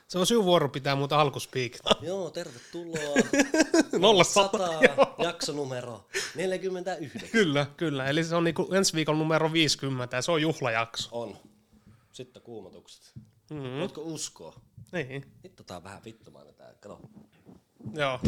Se on sinun vuoro pitää muuta alkuspiikit. Joo, tervetuloa. 0-100. Jaksonumero 49. Kyllä. Eli se on niinku ensi viikon numero 50 ja se on juhlajakso. On. Sitten kuumotukset. Voitko uskoa? Niin. Hitto, tää on vähän vittumainen tää. Kato. Joo.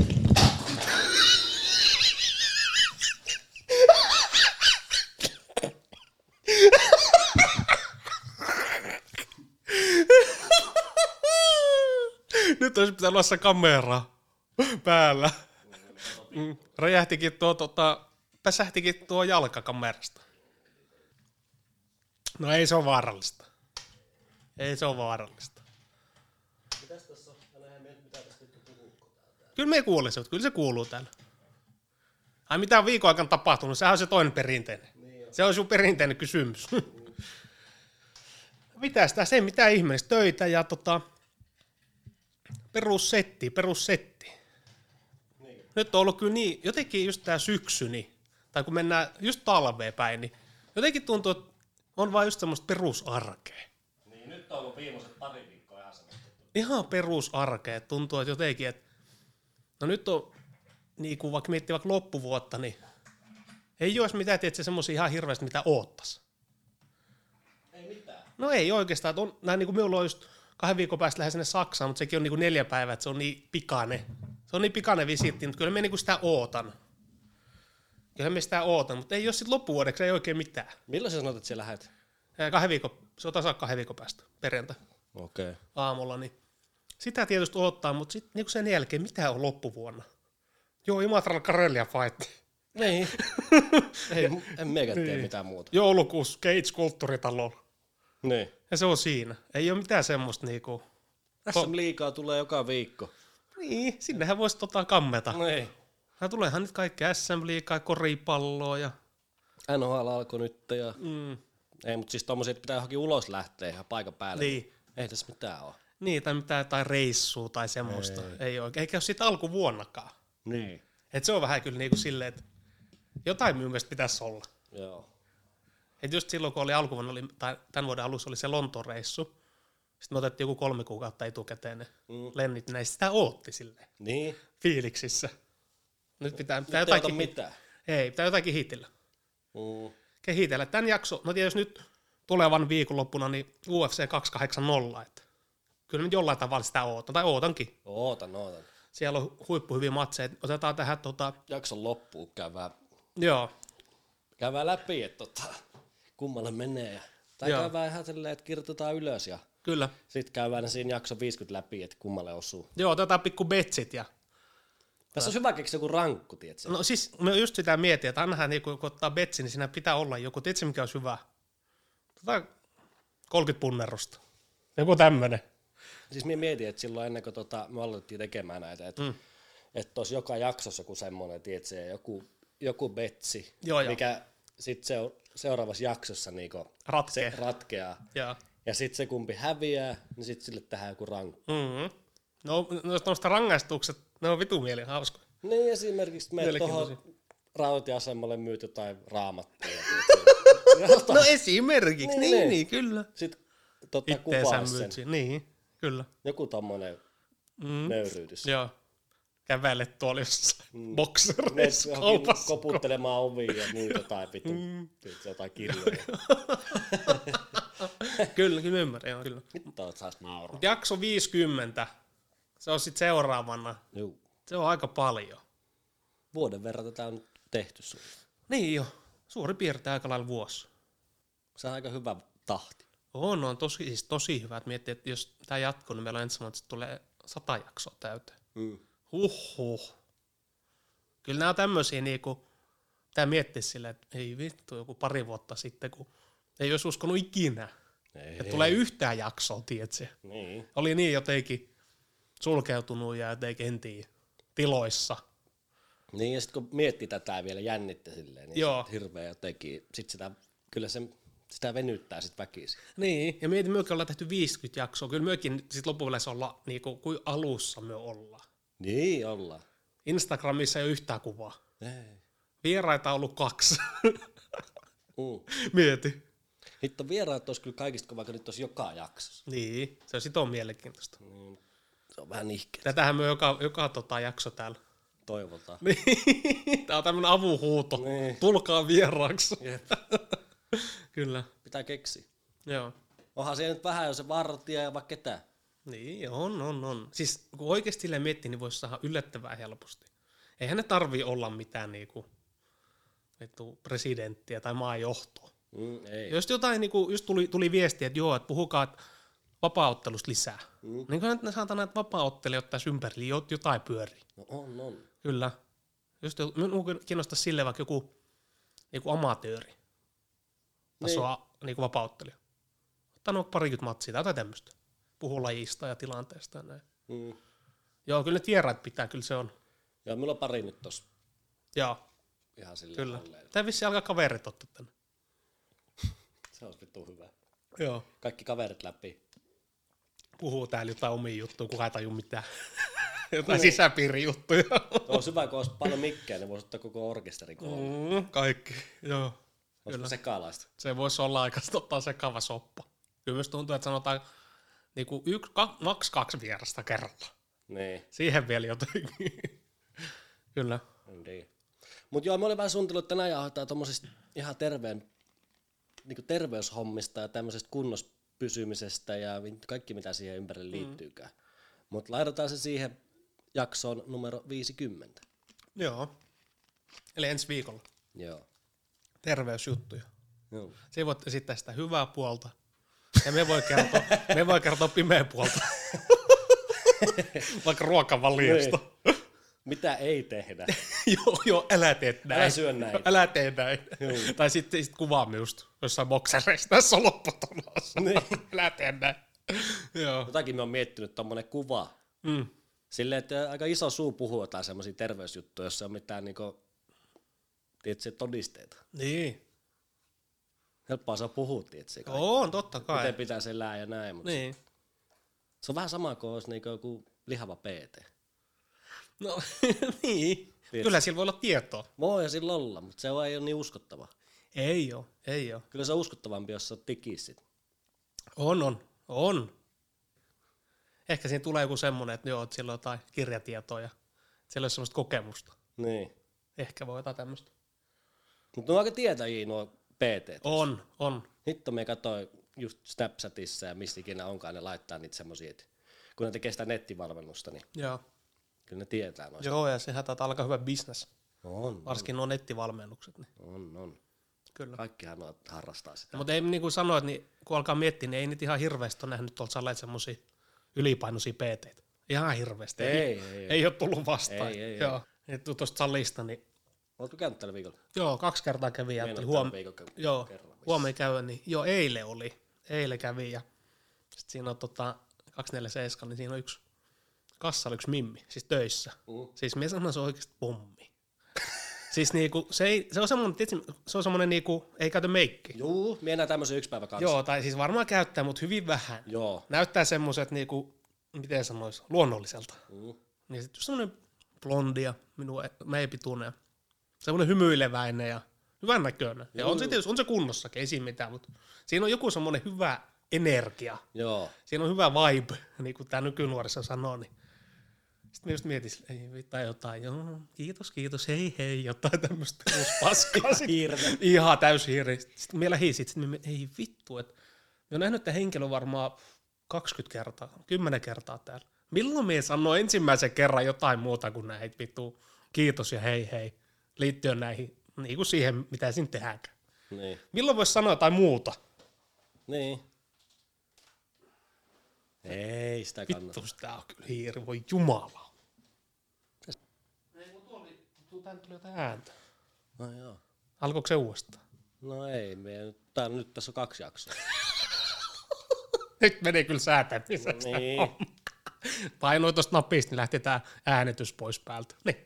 Nyt olisi pitänyt olla se kamera päällä. Räjähtikin päsähtikin tuo jalka kamerasta. No ei se ole vaarallista. Mitäs tässä on? Mitä tästä nyt puhuu? Kyllä me kuulisi, kyllä se kuuluu täällä. Ai mitä on viikon aikana tapahtunut, sehän on se toinen perinteinen. Niin se on sun perinteinen kysymys. Mitäs tässä ei mitään ihmeellistä töitä ja perussetti. Niin. Nyt on ollut kyllä niin, jotenkin just tää syksyni, tai kun mennään just talveen päin, niin jotenkin tuntuu, että on vaan just semmoista perusarkea. Niin, nyt on ollut viimeiset pari viikkoa ihan semmoista. Ihan perusarkea, tuntuu, että jotenkin, että no nyt on, niin kuin vaikka miettii vaikka loppuvuotta, niin ei olisi mitään, tietysti semmoisia ihan hirveästi, mitä oottaisi. Ei mitään. No ei oikeastaan, että on, näin niin kuin minulla on just 2 viikon päästä lähden sinne Saksaan, mutta sekin on niin kuin 4 päivää, että se on niin pikainen. Se on niin pikainen visiitti, mutta kyllä me niin kuin sitä ootan. Mutta ei ole sitten loppuvuodeksi, ei oikein mitään. Milloin sä sanoit, että sä lähet? 2 viikon, se on tasan 2 viikon päästä, perjantai Okei. aamulla, niin sitä tietysti odottaa, mutta sitten niin sen jälkeen, mitä on loppuvuonna? Joo, Imatralla Karelia Fight. Niin. Ei, en meikä tee mitään muuta. Joulukuussa Cage-kulttuuritalolla. Niin. Ja se on siinä. Ei ole mitään semmoista niinku... SM Liigaa tulee joka viikko. Niin, sinnehän voisi kammeta. Niin. Ja tuleehan nyt kaikki SM Liigaa, koripalloa ja... NHL alkoi nyt ja... Ei, mutta siis tommosia, että pitää johonkin ulos lähteä ihan paikan päälle. Niin. Ei tässä mitään ole. Niin, tai mitään tai reissua tai semmoista. Ei oikein. Eikä ole siitä alkuvuonnakaan. Niin. Et se on vähän kyllä niinku silleen, että jotain minun mielestä pitäisi olla. Joo. Et just silloin, kun oli alkuvuonna, tai tämän vuoden alussa oli se Lontoon reissu, sitten me otettiin joku 3 kuukautta etukäteen ne lennit, näistä sitä ootti silleen. Niin. Fiiliksissä. Nyt pitää Nyt jotakin... mitään. Ei, pitää jotakin kehitellä. Mm. Kehitellä. Tän jakso, no tietysti nyt tulevan viikonloppuna, niin UFC 280, että kyllä nyt jollain tavalla sitä ootan, tai ootankin. Ootan. Siellä on huippuhyviä matseja. Otetaan tähän Jakson loppuun Joo. käydään läpi, että kummalle menee. Tai Joo. käydään ihan silleen, että kirjoitetaan ylös ja Kyllä. sitten käydään siinä jakson 50 läpi, että kummalle osuu. Joo, otetaan pikku betsit ja... Tässä on hyvä keksiä joku rankku, tietsä. No siis, me just sitä mietin, että ainahan niin, kun ottaa betsi, niin siinä pitää olla joku. Tiedätkö, mikä olisi hyvä? 30 punnerusta. Joku tämmönen. Siis minä mietin, että silloin ennen kuin me aloitettiin tekemään näitä, että olisi joka jaksossa joku semmoinen, tietsä, joku betsi, Joo. mikä sitten seuraavassa jaksossa niinku Ratkee. se ratkeaa. Joo. Ja sitten se kumpi häviää, niin sitten sille tehdään joku rankku. Mm-hmm. No, noista rangaistukset, ne on vitu mieli hauskoja. Niin esimerkiksi menet Mielenkiintoisia. tuohon rautatieasemalle myyt jotain raamattua. No esimerkiksi, niin, kyllä. Sitten Itteensä kuvaa sen. myyt siinä, niin, kyllä. Joku tommonen nöyryytys. Joo. Kävele tuolla jossain boksereissa Menet johonkin kaupassa. koputtelemaan oviin ja muut jotain jotain kirjoja. Kyllä ymmärrän, joo, kyllä. Mitä oot saas nauraa? Jakso 50, se on sitten seuraavana. Juu. Se on aika paljon. Vuoden verran tätä on tehty sulle. Niin jo, suurin piirtein aika lailla vuosi. Se on aika hyvä tahti. On tosi hyvä, että miettii, että jos tämä jatkuu, niin meillä on ensimmäinen, että tulee 100 jaksoa täyteen. Huhhuh. Kyllä nämä on tämmöisiä, niinku, pitää miettiä silleen, että ei vittu, joku 2 vuotta sitten, kun ei olisi uskonut ikinä, että tulee yhtään jaksoa, tietsä. Niin. Oli niin jotenkin sulkeutunut ja jotenkin en tiedä, tiloissa. Niin, ja sitten kun miettii tätä vielä jännitte silleen, niin Joo. sit hirveä jotenkin, sit sitä venyttää sit väkisin. Niin, ja mietin, myökin ollaan tehty 50 jaksoa. Kyllä myökin sit loppupeleissä olla niinku, kuin alussa me ollaan. Niin, ollaan. Instagramissa ei ole yhtään kuvaa. Ei. Vieraita on ollut 2. Mm. Mieti. Hitto vieraat olisi kyllä kaikista, kun vaikka nyt olisi joka jaksossa. Niin, se on sit on mielenkiintoista. Se on vähän nihkeä. Tätähän me joka jakso täällä. Toivotaan. Niin. Tää on tämmönen avunhuuto. Niin. Tulkaa vieraaksi. Jep. Kyllä. Pitää keksiä. Joo. Onhan siellä nyt vähän, jos se vartija ja vaikka ketä. Niin, on. Siis kun oikeesti silleen miettii, niin voisi saada yllättävän helposti. Eihän ne tarvii olla mitään niinku presidenttiä tai maajohtoa. Ei. Jos jotain, niinku, just tuli viestiä, että joo, että puhukaa vapaaottelusta lisää. Niin kuin ne saatana, että vapaaottelijoita tässä ympärillä jotain pyörii. No on. Kyllä. Just minua kiinnostaisi silleen vaikka joku amatööri. Tasoa niinku vapaaottelija. Ottanut parikymmentä matsia tai jotain tämmöistä. Puhuu lajista ja tilanteesta ja näin. Joo, kyllä ne vieraat pitää, kyllä se on. Joo, mulla on pari nyt tossa. Joo, Ihan silleen. kyllä. Tää vissi alkaa kaverit ottaa tänne. Se olisi vittu hyvä. Joo. Kaikki kaverit läpi. Puhuu täällä jotain omia juttuja, kun ei taju mitään. Jotain sisäpiirijuttuja. Olisi hyvä, kun olisi paljon mikkejä, niin voisi ottaa koko orkesterin kouluun. Kaikki, joo. Olisiko sekalaista? Se voisi olla aika sekava soppa. Kyllä myös tuntuu, että sanotaan niinku maks 2 vierasta kerralla. Niin. Siihen vielä jotenkin. Kyllä. Mutta joo, me olin vähän suunnitellut, että tänään jauhataan tuommoisista ihan niinku terveyshommista ja tämmöisestä kunnossa pysymisestä ja kaikki mitä siihen ympärille liittyykään. Mutta laitetaan se siihen jaksoon numero 50. Joo. Eli ensi viikolla. Joo. Terveysjuttuja. Joo. Se voit esittää sitä hyvää puolta. Ja me voi kertoa pimeä puolta. Vaikka ruokavaliosta. Niin. Mitä ei tehdä? joo, älä tee näin. Älä syö näin. Älä tee näin. Tai sitten kuvaamme just jossain boksereissa tässä lopputulossa. Niin. Älä tee näin. Joo. Jotakin me on miettinyt tommonen kuva. Silleen, että aika iso suu puhuu jotain semmosia terveysjuttuja, jossa on mitään niinku, tiedätkö, todisteita. Niin. Helppoa se on puhua, tiedätkö? On, totta kai. Miten pitäisi elää ja näin, mutta Niin. se on vähän sama kuin olisi niinku joku lihava PT. No niin. Kyllä sillä voi olla tietoa. Voi sillä olla, mutta se ei ole niin uskottava. Ei oo. Kyllä se on uskottavampi, jos sä tikissit. On. Ehkä siinä tulee joku semmonen, että joo, että siellä on jotain kirjatietoa ja siellä on semmoista kokemusta. Niin. Ehkä voi jotain tämmöistä. Mutta ne on aika tietäjiä nuo PT. On. Hitto me katsoin just Snapchatissa ja missä ikinä onkaan, ne laittaa niitä semmosia, että kun ne tekee sitä nettivalmennusta, niin Joo. kyllä ne tietää noista. Joo, ja sehän taitaa alkaa hyvä business. On. Varsinkin nuo nettivalmennukset. Niin. On. Kyllä. Kaikkihan nuo harrastaa sitä. Mutta ei niin kuin sanoit, niin kun alkaa miettiä, niin ei niitä ihan hirveästi ole nähnyt tuolta salleet semmosia ylipainoisia PT-tä. Ihan hirveästi. Ei ole tullut vastaan. Ei. Joo. Nyt tuosta salista, niin Oletko käynyt tällä viikolla? joo, 2 kertaa kävin. Ja huomenna käydä, niin joo, eilen kävin ja sitten siinä on 247, niin siinä on yksi kassalla yksi mimmi, siis töissä. Siis mies sanoo, se on oikeasti pommi. Siis niinku, se on semmoinen, tietysti, se on semmoinen niinku, ei käytä meikkiä. Juu, mie enää tämmöisen 1 päivä kanssa. Joo, tai siis varmaan käyttää, mutta hyvin vähän. Joo. Näyttää semmoiset niinku, miten sanois, luonnolliselta. Niin sitten semmoinen blondia, meidän pituinen ja semmoinen hymyileväinen ja hyvän näköinen. Ja on se kunnossakin, ei siinä mitään, mutta siinä on joku semmoinen hyvä energia. Joo. Siinä on hyvä vibe, niin kuin tämä nykynuorissa sanoo. Niin. Sitten mä just mietin, ei vittaa jotain, joo, kiitos, hei, jotain tämmöistä paskaa. Ihan täyshiiri. Sitten mä lähdin sitten ei vittu, että mä oon nähnyt tämän henkilön varmaan 20 kertaa, 10 kertaa täällä. Milloin me sanoo ensimmäisen kerran jotain muuta kuin näitä vittu kiitos ja hei, liittyen näihin, niin kuin siihen, mitä siinä tehdäänkään. Niin. Milloin voisi sanoa jotain muuta? Niin. Ei sitä kannata. Vittu, tää on kyllä hiiri, voi jumala. Ei, mutta tänne tuli jotain ääntä. No joo. Alkoiko se uudestaan? No ei, nyt tässä on 2 jaksoa. Nyt meni kyllä säätämisestä. Niin. Painoin tuosta napista, niin lähti tää äänetys pois päältä. Niin.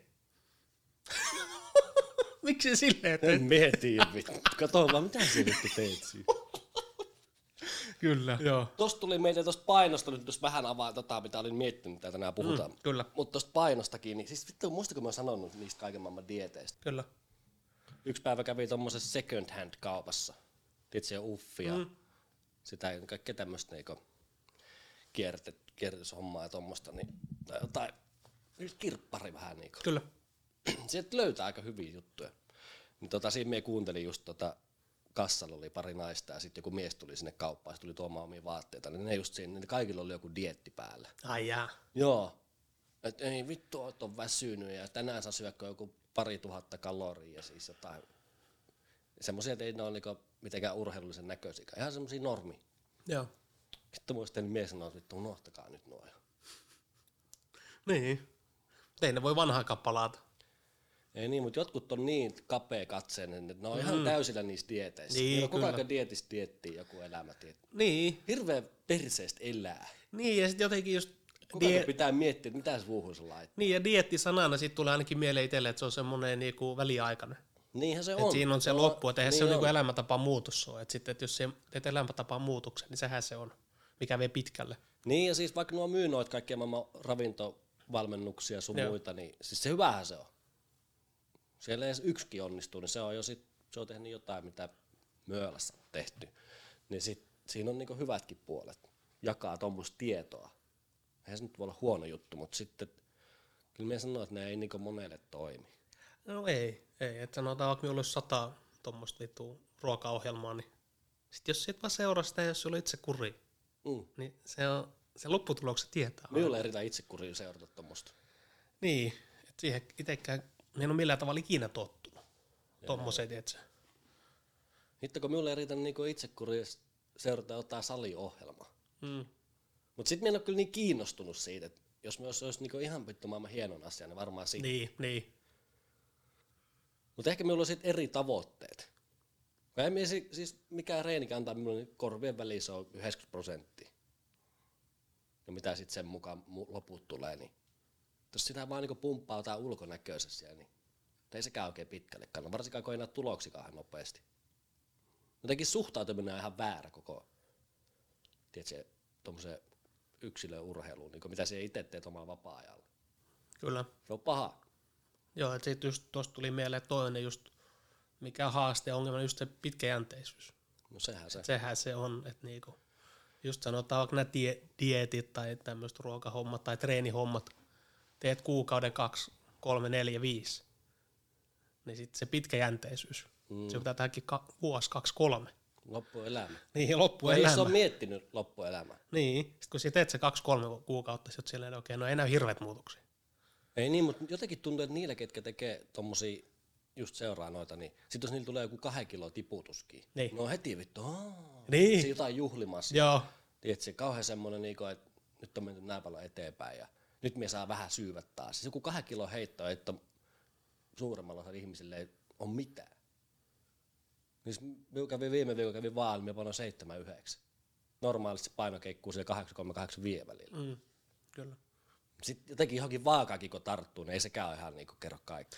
Miksi silleen teet? En mieti, vittu. Kato vaan, mitä sä vittu teet siinä? Kyllä, joo. Tosta tuli meitä tosta painosta, nyt jos vähän avaa mitä olin miettinyt, mitä tänään puhutaan. Kyllä. Mutta tosta painostakin, niin siis vittu, muistako mä oon sanonut niistä kaiken maailman dieteistä? Kyllä. 1 päivä kävi tommosessa second hand kaupassa. tiedätkö, uffia, sitä kaikkea tämmöistä niinku kierrätyshommaa ja tommoista, niin, tai jotain, kirppari vähän niinku. Kyllä. Sieltä löytää aika hyviä juttuja. Niin siinä me kuuntelin just kassalla oli pari naista ja sitten joku mies tuli sinne kauppaan, se tuli tuomaan omia vaatteita, niin ne just siinä, niin kaikilla oli joku dieetti päällä. Ai jaa. Joo. Et ei vittu, oot on väsynyt ja tänään saa syökö joku 2000 kaloria ja siis jotain. Semmoisia, että ei ne ole niinku mitenkään urheilullisen näköisiä, ihan semmosia normi. Joo. Sitten muistin mies sanoi, että vittu unohtakaa nyt noin. Niin. Ei ne voi vanhaakaan palata. Ei niin, mutta jotkut on niin kapea katseinen, että ne on ihan täysillä niissä dieteissä. Niin, Niillä on koko kyllä. ajan dietistä diettiä joku elämätietti. Niin. Hirveä perseestä elää. Niin, ja sitten jotenkin just... Kuka pitää miettiä, että mitä se vuuhun se laittaa. Niin, ja dieettisanana sitten tulee ainakin mieleen itselle, että se on semmoinen niinku väliaikainen. Niinhän se Et on. siinä on se No, loppu, että eihän niin se ole on. niinku elämäntapaan muutos ole. Et jos se teet elämäntapaan muutoksen, niin sehän se on, mikä vie pitkälle. Niin, ja siis vaikka nuo myy noita kaikkia maailman ravintovalmennuksia sun Joo. muita, niin siis se hyvähän se on. Siellä edes yksikin onnistuu, niin se on jo se on tehnyt jotain, mitä Myölässä on tehty. Niin siinä on niinku hyvätkin puolet. Jakaa tuommoista tietoa. Eihän se nyt voi olla huono juttu, mutta sitten kyllä minä sanon, että ne ei niinku monelle toimi. No ei. Että sanotaan, vaikka minulla olisi 100 tuommoista vitua ruokaohjelmaa, niin sitten jos sit vaan seuraa sitä, jos sulla on itse kuri, niin se lopputulokset tietää. Minulla ei riitä itsekuria seurata tuommoista. Niin, että siihen itsekään, en ole millään tavalla ikinä tottunut. Tuommoiset, tietsä. Sitten kun minulla ei riitä niinku itsekuria seurata jotain saliohjelmaa. Mutta sitten minä en ole kyllä niin kiinnostunut siitä, että jos myös olisi niinku ihan vittu maailman hienon asia, niin varmaan siitä. Niin. Mutta ehkä minulla on sitten eri tavoitteet. Kun ei minä siis mikään reenikä antaa minulle, niin korvien väliin se on 90%. Ja mitä sitten sen mukaan loput tulee, niin jos sitä vaan niinku pumppaa jotain ulkonäköisessä, niin ei sekään oikein pitkälle kannata, varsinkaan kun ei näe tuloksikaan nopeasti. Jotenkin suhtautuminen on ihan väärä koko, tiedätkö, tuommoiseen yksilöurheiluun, niin mitä sinä itse teet omalla vapaa-ajalla. Kyllä. Se on paha. Joo, että sitten just tuosta tuli mieleen toinen just, mikä haaste ja ongelma, just se pitkäjänteisyys. No sehän se. Sehän se on, että niinku, just sanotaan vaikka nämä dieetit tai tämmöiset ruokahommat tai treenihommat, teet kuukauden 2, 3, 4, 5, niin sitten se pitkäjänteisyys, se pitää tehdäkin vuosi, 2, 3. Loppuelämä. Niin, Ei loppuelämä. se ole miettinyt loppuelämää. Niin, sitten kun sä teet se 2-3 kuukautta, sit silleen, okei, no ei näy hirveät muutoksia. Ei niin, mutta jotenkin tuntuu, että niillä, ketkä tekee tommosia, just seuraa noita, niin sit jos niillä tulee joku 2 kilon tiputuskin, Niin. no heti vittu, Niin. se jotain juhlimassa. Joo, Tiedätkö, kauhean semmonen, niinku, että nyt on menty näin paljon eteenpäin ja nyt me saa vähän syyvät taas. Siis joku 2 kilon heitto, että suuremmalla osalla ihmisille ei ole mitään. Niin viime viikolla vaan, niin me painoin 7,9. Normaalisti se paino keikkuu siellä 8,85 välillä. kyllä. Sitten jotenkin johonkin vaakaakin kun tarttuu, niin ei sekään ole ihan niinku kerro kaikkea.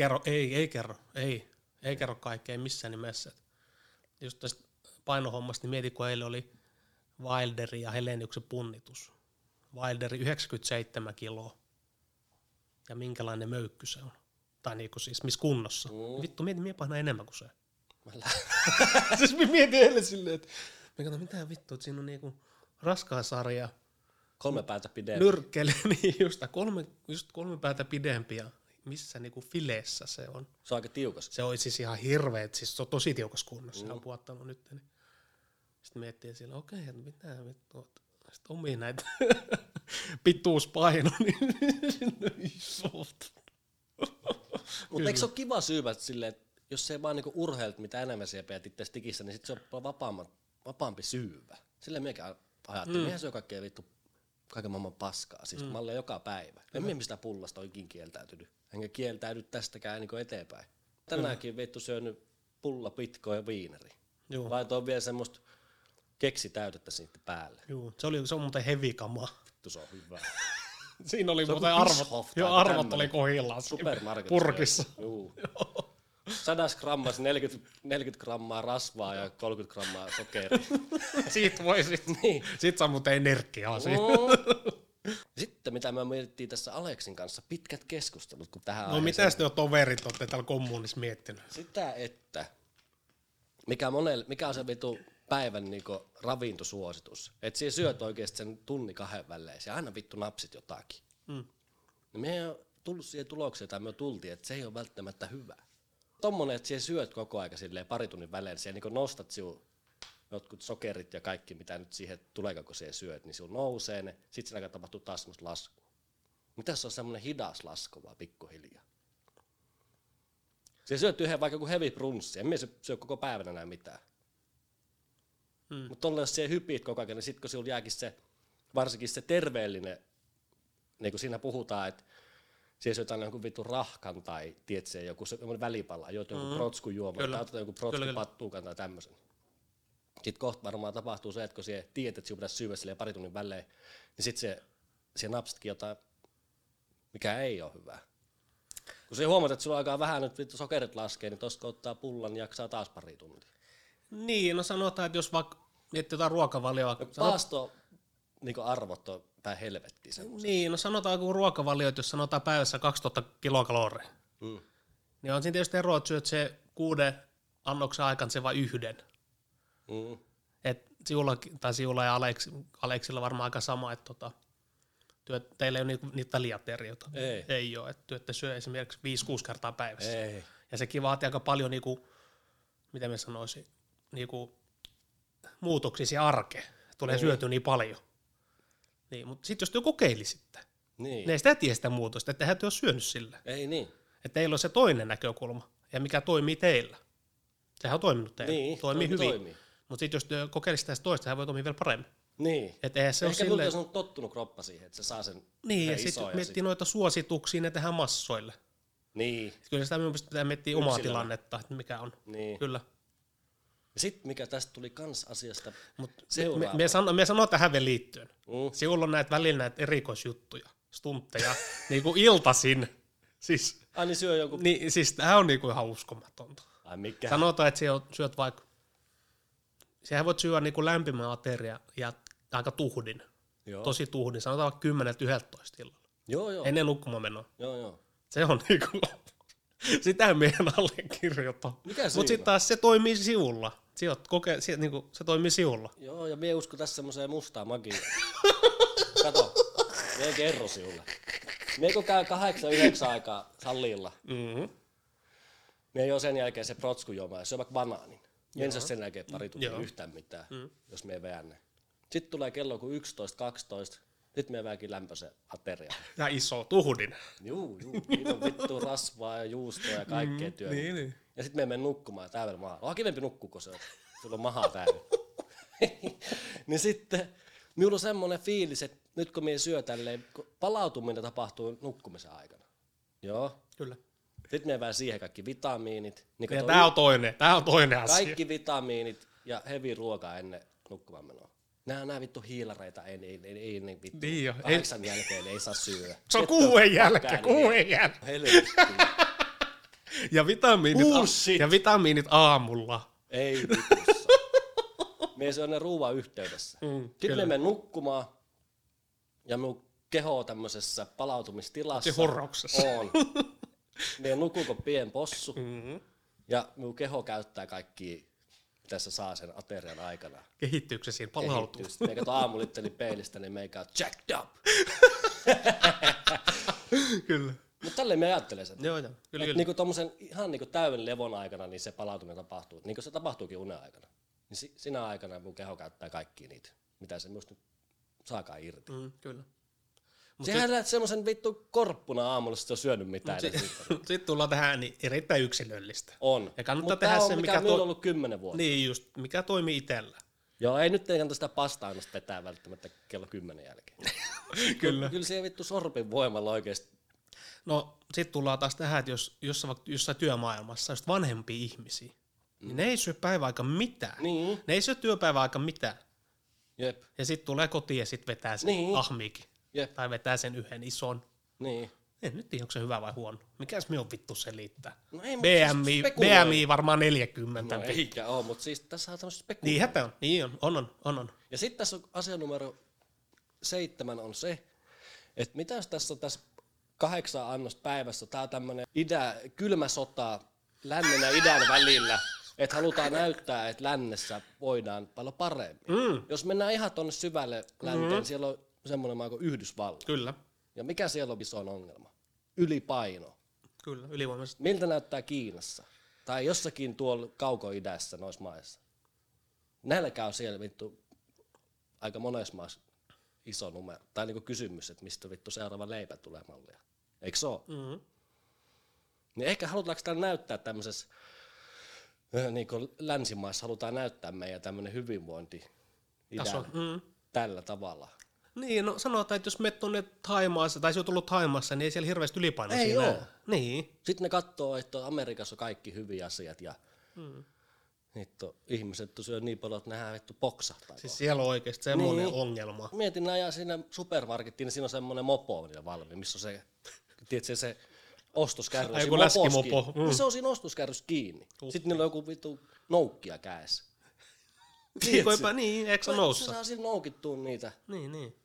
Ei kerro kaikkea missään nimessä. Just tästä painohommasta, niin mieti, kun eilen oli Wilderi ja Heleniuksen punnitus. Wilderi 97 kiloa. Ja minkälainen möykky se on. Tai niinku siis missä kunnossa. Vittu, mie painaa enemmän kuin se. Siis mä mietin eilen silleen, että mä katson, mitä vittu, että siinä on niinku raskaan sarja. 3 päätä pidempi. Nyrkkeli, niin just 3 päätä pidempi ja missä niinku fileessä se on. Se on aika tiukas. Se on siis ihan hirveä, siis se on tosi tiukas kunnossa, se on puottanut nyt. Niin. Sitten miettii siellä, okei, että mitä vittu, sitten omii näitä pituuspaino, niin isot. Mutta eikö se ole kiva syyvät silleen, että jos se vaan niinku urheilut, mitä enemmän siellä pidät itse tikissä, niin sit se on vapaampi syyvä. Silleen miekin ajattelin, mihän se on kaikkea vittu kaiken maailman paskaa, siis mä olen joka päivä. En mie mistä pullasta ole ikin kieltäytynyt, enkä kieltäydy tästäkään niin eteenpäin. Tänäänkin vittu syönyt pulla, pitkoa ja viineri. Joo. Vai tuo vielä semmoista keksitäytettä siitä päälle. Joo, se on muuten heavy-kamaa. Vittu se on hyvä. Siinä oli Se on muuten kuin arvot, Bischoff tai joo, arvot tämmönen. oli kohdillaan Supermarket. purkissa. Juu. 100 grammassa 40 grammaa rasvaa ja 30 grammaa sokeria. Siitä voi Niin. sit saa muuten energiaa siinä. Sitten mitä me mietittiin tässä Aleksin kanssa, pitkät keskustelut, kun tähän No mitä sitten jo toverit olette täällä kommunissa miettinyt? Sitä, että mikä on se vitu päivän niinku ravintosuositus? Että siellä syöt oikeesti sen tunni 2 välein ja aina vittu napsit jotakin. No me ei ole tullut siihen tulokseen, tai me tultiin, että se ei ole välttämättä hyvä. Tommonen, että siellä syöt koko ajan silleen pari tunnin välein, siellä niinku nostat sinun jotkut sokerit ja kaikki, mitä nyt siihen tuleeko, kun siellä syöt, niin sinun nousee ne, sit siinä tapahtuu taas semmoista laskua. Mitä se on semmoinen hidas lasku vaan pikkuhiljaa? Siellä syöt yhden vaikka joku heavy brunssi, en syö koko päivänä enää mitään. Mutta tolle jos siellä hypit koko ajan, niin sit kun sinulla jääkin se, varsinkin se terveellinen, niin kuin siinä puhutaan, että siellä syöt aina jonkun vitun rahkan tai tiedätkö, joku välipala, joku protskun juoma, tai otetaan joku protskun pattuukan tai tämmöisen. Sitten kohta varmaan tapahtuu se, että kun siellä tiedät, että sinun pitäisi syödä silleen pari tunnin välein, niin sitten se napsitkin jotain, mikä ei ole hyvää. Kun se huomaat, että sulla alkaa vähän nyt vittu sokerit laskee, niin tosta kun ottaa pullan, niin jaksaa taas pari tuntia. Niin, no sanotaan, että jos vaikka miettii jotain ruokavalioa. Paasto niin arvot on päin helvettiin semmoisen. Niin, no sanotaan kun ruokavalio, että jos sanotaan päivässä 2000 kilokaloria, niin on siinä tietysti ero, että syöt se 6 annoksen aikana se vain 1. Et siulla ja Aleksilla varmaan aika sama, että teillä ei ole niitä väliaterioita. Ei ole, että työtte syö esimerkiksi 5-6 kertaa päivässä. Ei. Ja sekin vaatii aika paljon, mitä mä sanoisin, muutoksia siihen arkeen. Tulee syötyä niin paljon. Niin, mutta sitten jos te kokeilisitte, niin ei sitä tiedä sitä muutosta, että eihän te ole syönyt sillä. Ei niin. Että teillä on se toinen näkökulma, ja mikä toimii teillä. Sehän on toiminut teillä. Niin, toimii hyvin. Mutta sitten jos te kokeilisitte sitä toista, sehän voi toimia vielä paremmin. Niin. Et eihän se ehkä silleen... on tottunut kroppa siihen, että se saa sen niin, ja sitten miettii noita suosituksia, ne tehdään massoille. Niin. Kyllä sitä minun pitää miettiä omaa tilannetta, että mikä on. Niin. Kyllä. Ja sitten mikä tästä tuli kans asiasta me sanoo tähän vielä liittyen. Sinulla on välillä näitä erikoisjuttuja, stuntteja, niinku iltasin. Siis, niin syö joku... Niin, siis tämä on niinku ihan uskomatonta. Ai mikä? Sanotaan, että syöt vaikka... Sehän voit syödä niinku lämpimän ateria ja aika tuhdin. Joo. Tosi tuhdin. Sanotaan vaikka 10-11 illalla. Joo. Ennen nukkumaan menoa. Joo. Se on niinku... Sitä meidän allekirjoittaa. Mutta sitten taas se toimii sivulla. Niinku, se toimii sivulla. Joo, ja mie usko tässä semmoiseen mustaan magiaan. Kato, mie kerro sinulle. Mie kun käy 8-9 aikaa salilla, mie jo sen jälkeen se protskujuoma ja syö vaikka banaanin. En saa sen jälkeen pari tuntia yhtään mitään, jos mie veän ne. Sitten tulee kello kun 11-12, nyt mie väänkin lämpöisen ateriaan. Ja iso tuhdin. Juu, niin on vittu rasvaa ja juustoa ja kaikkea työtä. Niin. Ja sitten me menen nukkumaan täydellä mahalla. On kivempi nukkua, kun se on. Sulla on maha täynnä. Niin sitten minulla on semmoinen fiilis, että nyt kun minä syö tälleen, palautuminen tapahtuu nukkumisen aikana. Joo. Kyllä. Sitten me vähän siihen kaikki vitamiinit. Niin ja tää on toinen asia. Kaikki vitamiinit ja heavy ruoka ennen nukkumaan menoa. Nää vittu hiilareita ei niin vittu. Niin 8 jälkeen ei saa syödä. Se on 6 jälkeen. Helvetti. Ja vitamiinit aamulla. Ei vitussa. Mie syön ne ruuan yhteydessä. Sitten me menen nukkumaan ja minun keho on tämmöisessä palautumistilassa. Hurrauksessa. On. Mie nukun kuin pien possu ja minun keho käyttää kaikki, mitä se saa sen aterian aikana. Kehittyykö se siinä palautuu? Me kato aamulitteli peilistä, niin meikä on jacked up. Kyllä. Mutta tälleen me ajattelen sen. Joo. Kyllä. Niinku tommosen ihan niinku täyden levon aikana niin se palautuminen tapahtuu. Niinku se tapahtuukin unen aikana. Niin sinä aikana mun keho käyttää kaikkia niitä, mitä se minusta saakaan irti. Kyllä. Sehän lähdet semmosen vittu korppuna aamulla, sit on syönyt mitään. Sitten tullaan tähän niin erittäin yksilöllistä. On. Ja kannattaa tehdä se, mikä on ollut 10 vuotta. Niin just, mikä toimii itsellä. Joo, ei nyt ei kannata sitä pasta-aineesta vetää välttämättä kello 10 jälkeen. Kyllä. Kyllä se vittu sorpin voimalla oikeesti. No sit tullaan taas tähän, että jos jossain työmaailmassa on vanhempia ihmisiä, niin ne ei syö päiväaikaan mitään. Niin. Ne ei syö työpäiväaikaan mitään. Jep. Ja sit tulee kotiin ja sit vetää sen ahmiikin. Jep. Tai vetää sen yhden ison. Niin. En nyt tiedä, onko se hyvä vai huono. Mikäs me on vittu selittää? No ei, BMI varmaan 40. No eikä oo, mutta siis tässä on tämmöistä spekulointia. Niinhän tämä on. Niin on. Ja sitten tässä on asia numero 7 on se, että mitä jos tässä on tässä 8 annosta päivässä, tää on tämmönen kylmä sota lännen ja idän välillä. Että halutaan näyttää, että lännessä voidaan paljon paremmin. Jos mennään ihan tuonne syvälle länteen, siellä on semmoinen maa kuin Yhdysvallat. Kyllä. Ja mikä siellä on iso ongelma? Ylipaino. Kyllä, ylivoimaisesti. Miltä näyttää Kiinassa? Tai jossakin tuolla kauko-idässä noissa maissa? Nälkä on siellä vittu aika monessa maassa iso numero. Tai niinku kysymys, että mistä vittu seuraava leipä tulee mallia. Eikö se ole? Niin ehkä halutaanko täällä näyttää tämmöisessä niinku länsimaissa, halutaan näyttää meidän tämmöinen hyvinvointi tällä tavalla. Niin, no sanotaan, että jos menet tuonne Thaimaassa, tai se on tullut Thaimaassa, niin ei siellä hirveästi ylipainoa Ei siinä. oo. Niin. Sitten ne katsoo, että Amerikassa on kaikki hyviä asiat ja hitto, ihmiset syö niin paljon, että nähdään vittu poksahtaa. Siis siellä on oikeasti semmoinen ongelma. Mietin ajaa siinä supermarkettiin, niin siinä on semmoinen mopo niillä valmiin, missä on se, tiedätkö, se ostoskärry. Joku läskimopo. Niin se on siinä ostoskärryssä kiinni. Sitten niillä on joku vittu noukkia kädessä. Niin, eikö se noussa? Se saa siinä noukittua niitä. Niin.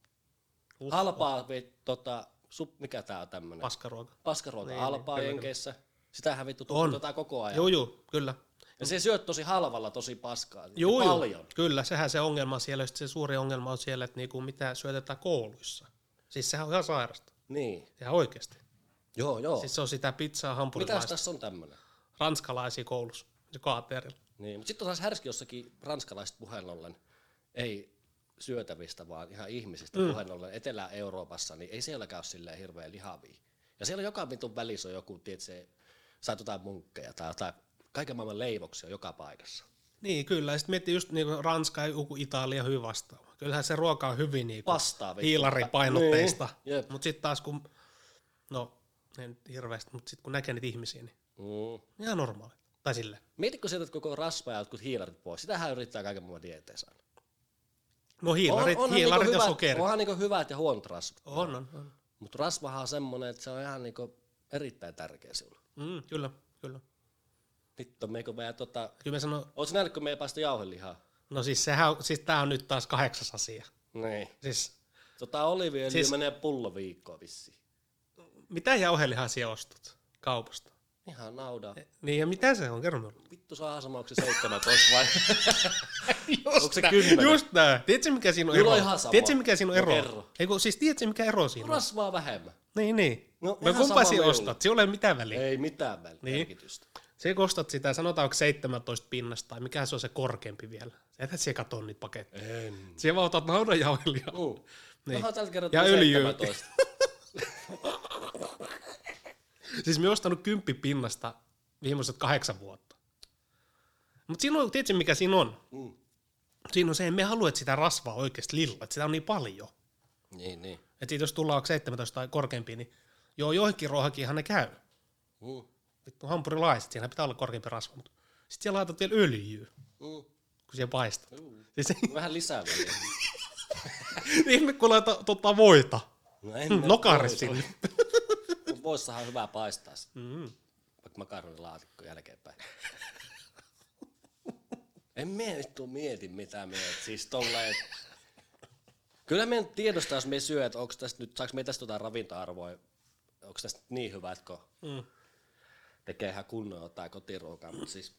Halpaa, mikä tää on tämmönen? Paskaruoka. Niin, halpaa Jenkeissä. Sitähän vittu tuputetaan koko ajan. Joo, kyllä. Ja se syöt tosi halvalla tosi paskaa. Joo, paljon. Kyllä, sehän se ongelma siellä, se suuri ongelma on siellä, että niinku mitä syötetään kouluissa. Siis sehän on ihan sairasta. Niin. Ihan oikeasti. Joo. Siis se on sitä pizzaa, hampurilaista. Mitäs tässä on tämmönen? Ranskalaisia koulussa, se kaaterilla. Niin, mutta sitten on taas härski jossakin ranskalaiset puheen ollen, ei syötävistä, vaan ihan ihmisistä puheen ollen Etelä-Euroopassa, niin ei sielläkään ole silleen hirveän lihavia. Ja siellä joka vitun välissä on joku, tiedätkö, saat jotain munkkeja tai jotain, kaiken maailman leivoksia joka paikassa. Niin, kyllä. Ja sitten miettii just niinku Ranska ja joku Italia hyvin vastaava. Kyllähän se ruoka on hyvin niinku hiilaripainotteista. Niin, mutta sitten taas kun, no, en hirveästi, mutta sitten kun näkee niitä ihmisiä, niin ihan normaali. Tai silleen. Mietitkö sieltä että koko rasva ja jotkut hiilarit pois? Sitähän yrittää kaiken maailman dieeteissä aina. No hiilarit ja sokerit. Onhan niinku hyvät ja huonot rasvat. On. Mutta rasvahan on semmonen, että se on ihan niinku erittäin tärkeä sinulle. Kyllä. Vittu, meikö meidän Kyllä mä sanon, ootko nähnyt, kun me ei päästä jauhelihaa? no siis tää on nyt taas 8. asia. Niin. Siis, Oliiviöljy menee pulloviikkoa vissiin. mitä jauhelihaa siellä ostat kaupasta? Ihan naudaa. Niin ja mitä se on? Kerro minulle. Vittu saa sama, onko se 17 vai? Onko se 10? Just nää. Tiedätkö mikä siinä on Mulla ero? on ihan sama. Tiedätkö mikä siinä on No ero? kerro. Eiku, siis tiedätkö mikä ero siinä on? Rasvaa vähemmän. Niin. No, No ihan kumpa sama sinä meillä. ostat? Siinä ei ole mitään väliä. Ei mitään merkitystä. Se kun ostat sitä, sanotaanko 17 pinnasta, tai mikä se on se korkeampi vielä. Ethän siellä katso niitä paketteja. En. Siellä vaan otat naudajauhelia. Niin. Tällä kertaa Ja öljyä. 17. Siis me oon ostanut 10 pinnasta viimeiset 8 vuotta. Mutta siinä on, tiedätkö mikä siinä on? Siinä on se, että me haluat sitä rasvaa oikeasti lilla, että sitä on niin paljon. Niin. Että jos tullaan 17 tai korkeampi, niin joihinkin ruohakinhan ne käy. Vittu hampurilaiset, siinä pitää olla korkeampi rasva, mutta sitten siellä laitat vielä öljyä, kun siellä paistat. Siis Vähän lisää väliä. ihme, kun laitat voita. No en Nokari sinne. Voissahan on hyvä paistaa sitä. Vaikka makaronilaatikko jälkeenpäin. En mieti mitään mieltä. Siis tolleen. Kyllä meidän tiedostaa, jos me syö, että saaks me tästä jotain ravintoarvoa, onko tästä niin hyvä, että kun tekee ihan kunnon jotain kotiruokaa, mutta siis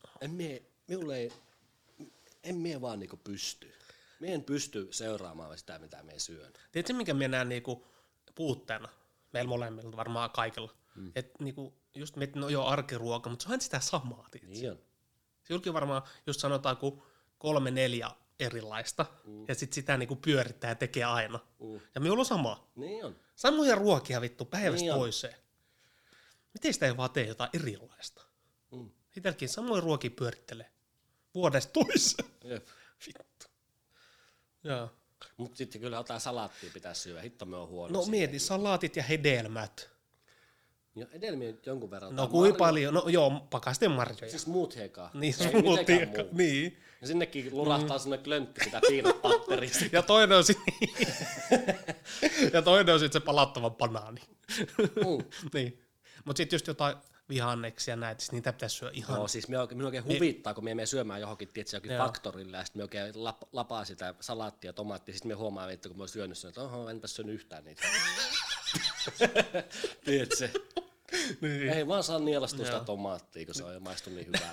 en mie vaan niinku pysty. Mie en pysty seuraamaan sitä, mitä me syön. Tiedätkö, mikä me näen niinku puutteena? Meillä molemmilla, varmaan kaikilla. Että niinku, just mietin, no joo, arkiruoka, mutta se on sitä samaa, tiedätkö? Niin on. Silläkin varmaan, just sanotaan, kun 3-4 erilaista, ja sitten sitä niinku pyörittää ja tekee aina. Ja minulla on sama. Niin on. Samoja ruokia vittu päivästä Niin on. toiseen. Miten sitä ei vaan tee jotain erilaista? Itselläkin samoja ruokia pyörittelee vuodesta toiseen. Jep. Vittu. Joo. Mut sitten kyllä jotain salaattia pitäisi syödä. Hitto me on huono. No siinä. mieti, salaatit ja hedelmät. Ja edelmiä jonkun verran. No kuinka paljon? No joo, pakasten marjoja. Siis muut hekaa. Niin, Ei smoothie. mitenkään muu. Niin. Ja sinnekin lurahtaa semmonen klöntti sitä piinapatterista. Ja toinen on ja toinen on sitten se palattava banaani. Niin. Mut sitten just jotain vihanneksia näitä, siis niitä pitäisi syödä ihan. No siis minua oikein huvittaa, kun me menee syömään johonkin, tietysti johonkin Joo. faktorille, ja sitten me oikein lapaa sitä salaattia ja tomaattia, sitten me huomaa, että kun mä oon syönyt sen, että oho, enpäs syönyt yhtään niitä. Tiedätkö? Niin. Ei vaan saa nielastua sitä tomaattia, kun se on jo maistu niin hyvää.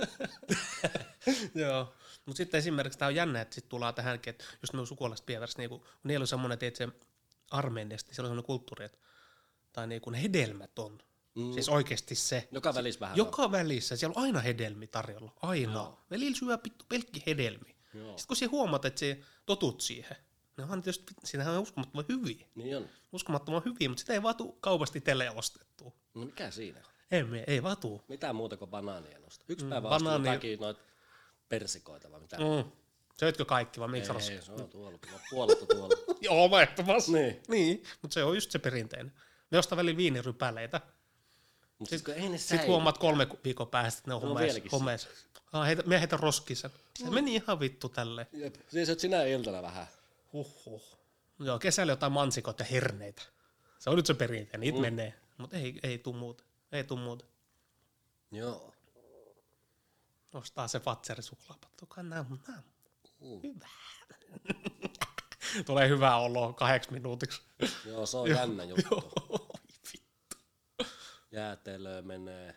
Joo. Mutta sitten esimerkiksi tämä on jännä, että sitten tullaan tähänkin, että just minun sukulaiset Pietarissa, niinku, kun niillä on semmoinen, että se Armeniasta, siellä on semmoinen kulttuuri, että tai niinku ne hedelmät on. Siis oikeasti se. Joka välissä vähän. Joka välissä. Siellä on aina hedelmi tarjolla. Aina. Joo. Välillä syö pelkki hedelmi. Joo. Sitten kun sinä huomaat, että sinä totut siihen, ne onhan tietysti, siinähän on uskomattoman hyviä. Niin on. Uskomattoman hyviä, mutta sitä ei vaan tule kaupasta itselleen ostettua. No mikä siinä on? Ei vaan tuu. Mitään muuta kuin banaania nosta. Yksi päivä ostin jotakin noita persikoita vai mitä? Söitkö kaikki vai miksi Ei, se on tuolla. Puolet tuolla. Joo, vaihtamassa. Niin. Mutta se on just se perinteinen. Me ostaa välillä viinirypäleitä. Mut sit, kun ei ne Sitten huomaat 3 viikon päästä, että ne on homeessa. Me heitä roskissa. Se meni ihan vittu tälleen. Jep. Siis oot sinä iltana vähän. Joo, kesällä jotain mansikoita ja herneitä. Se on nyt se perinteinen, niitä menee. Mutta ei tuu muuta. Ei tuu muuta. Joo. Ostaa se Fatseri suklaapattu. Hyvä. Tulee hyvää oloa 8 minuutiksi. Joo, se on jännä juttu. Joo, vittu. Jäätelöä menee.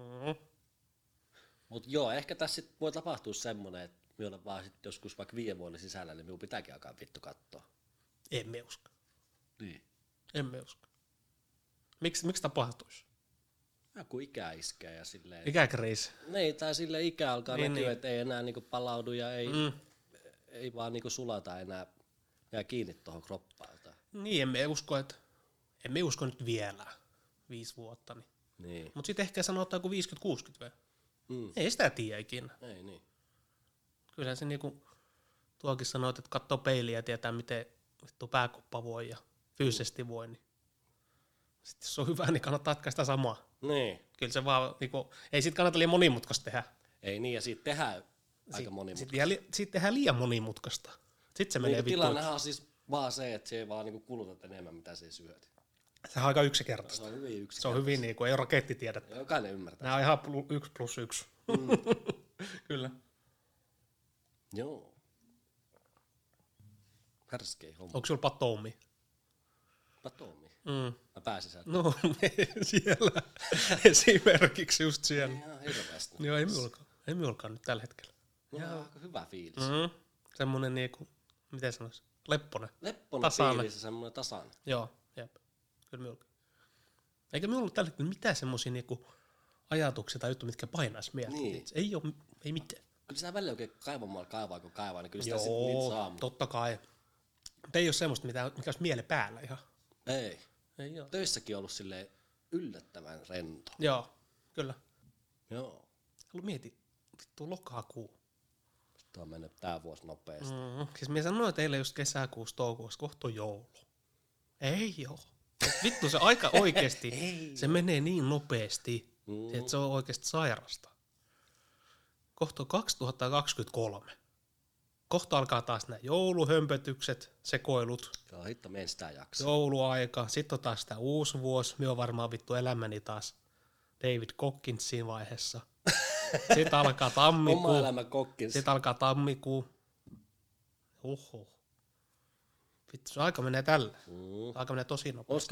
Mut joo, ehkä tässä sit voi tapahtua semmonen, että minä vaan sit joskus vaikka 5 vuoden sisällä, niin minun pitääkin alkaa vittu katsoa. Emme usko. Niin. Emme usko. Miksi tapahtuisi? Joku ikä iskee ja silleen. Ikäkriisi. Niin, tai silleen ikä alkaa näkyä, niin. että ei enää niinku palaudu ja ei vaan niinku sulata enää jää kiinni tuohon kroppaan. Niin, emme usko nyt vielä 5 vuotta. Niin. Mutta sitten ehkä sanotaan joku 50-60 vielä. Ei sitä tiedä ikinä. Ei niin. Kyllä se niinku tuokin sanoit, että katsoo peiliä ja tietää, miten vittu pääkoppa voi ja fyysisesti voi. Niin. Sitten jos on hyvä, niin kannattaa jatkaa sitä samaa. Niin. Kyllä se vaan, niinku, ei siitä kannata liian monimutkaista tehdä. Ei niin, ja siitä tehdään aika monimutkaista. Siitä tehdään liian monimutkaista. Sitten se menee vittuun. Tilannehan on siis vaan se, että se ei vaan niinku kulutat enemmän, mitä se syöt. Se on aika yksinkertaista. Se on hyvin yksinkertaista. Se on hyvin niinku, ei ole rakettitiedettä. Jokainen ymmärtää. Nämä on ihan 1+1. Kyllä. Joo. Härskei homma. Onko sulla patoumi? Patomi. Mä pääsin sieltä. No, siellä. Esimerkiksi just siellä. Ihan hirveästi. Joo, ei minullakaan nyt tällä hetkellä. No, aika hyvä fiilis. Semmonen niinku, miten sanois, lepponen. Lepponen tasainen fiilis ja semmonen tasainen. Joo, jep. Kyllä minulla. Eikä minulla ollut tällä hetkellä mitään semmosia niinku ajatuksia tai juttuja, mitkä painais mieltä. Niin. Ei mitään. Kyllä sitä välillä oikein kaivamalla kaivaa, niin kyllä sitä Joo, sitten niitä saa. totta kai. Mutta ei ole semmoista, mikä olisi mielen päällä ihan. Ei ole. Töissäkin ollut silleen yllättävän rento. Joo, kyllä. Joo. Mieti, vittu lokakuu. Tuo on mennyt tää vuosi nopeasti. Siis minä sanoin teille just kesäkuussa, toukokuussa, kohta on joulu. Ei oo. Vittu se aika oikeesti, se menee niin nopeasti, että se on oikeesti sairasta. Kohta on 2023. Kohta alkaa taas nämä jouluhömpötykset, sekoilut. Joo, hitto, me en sitä jaksa. Jouluaika, sitten on taas tämä uusi vuosi. Minä on varmaan vittu elämäni taas David Cockinsin vaiheessa. Sitten alkaa tammikuu. Oma elämä Cockins. Sitten alkaa tammikuu. Vittu, se aika menee tällä. Aika menee tosi nopeasti. Olisiko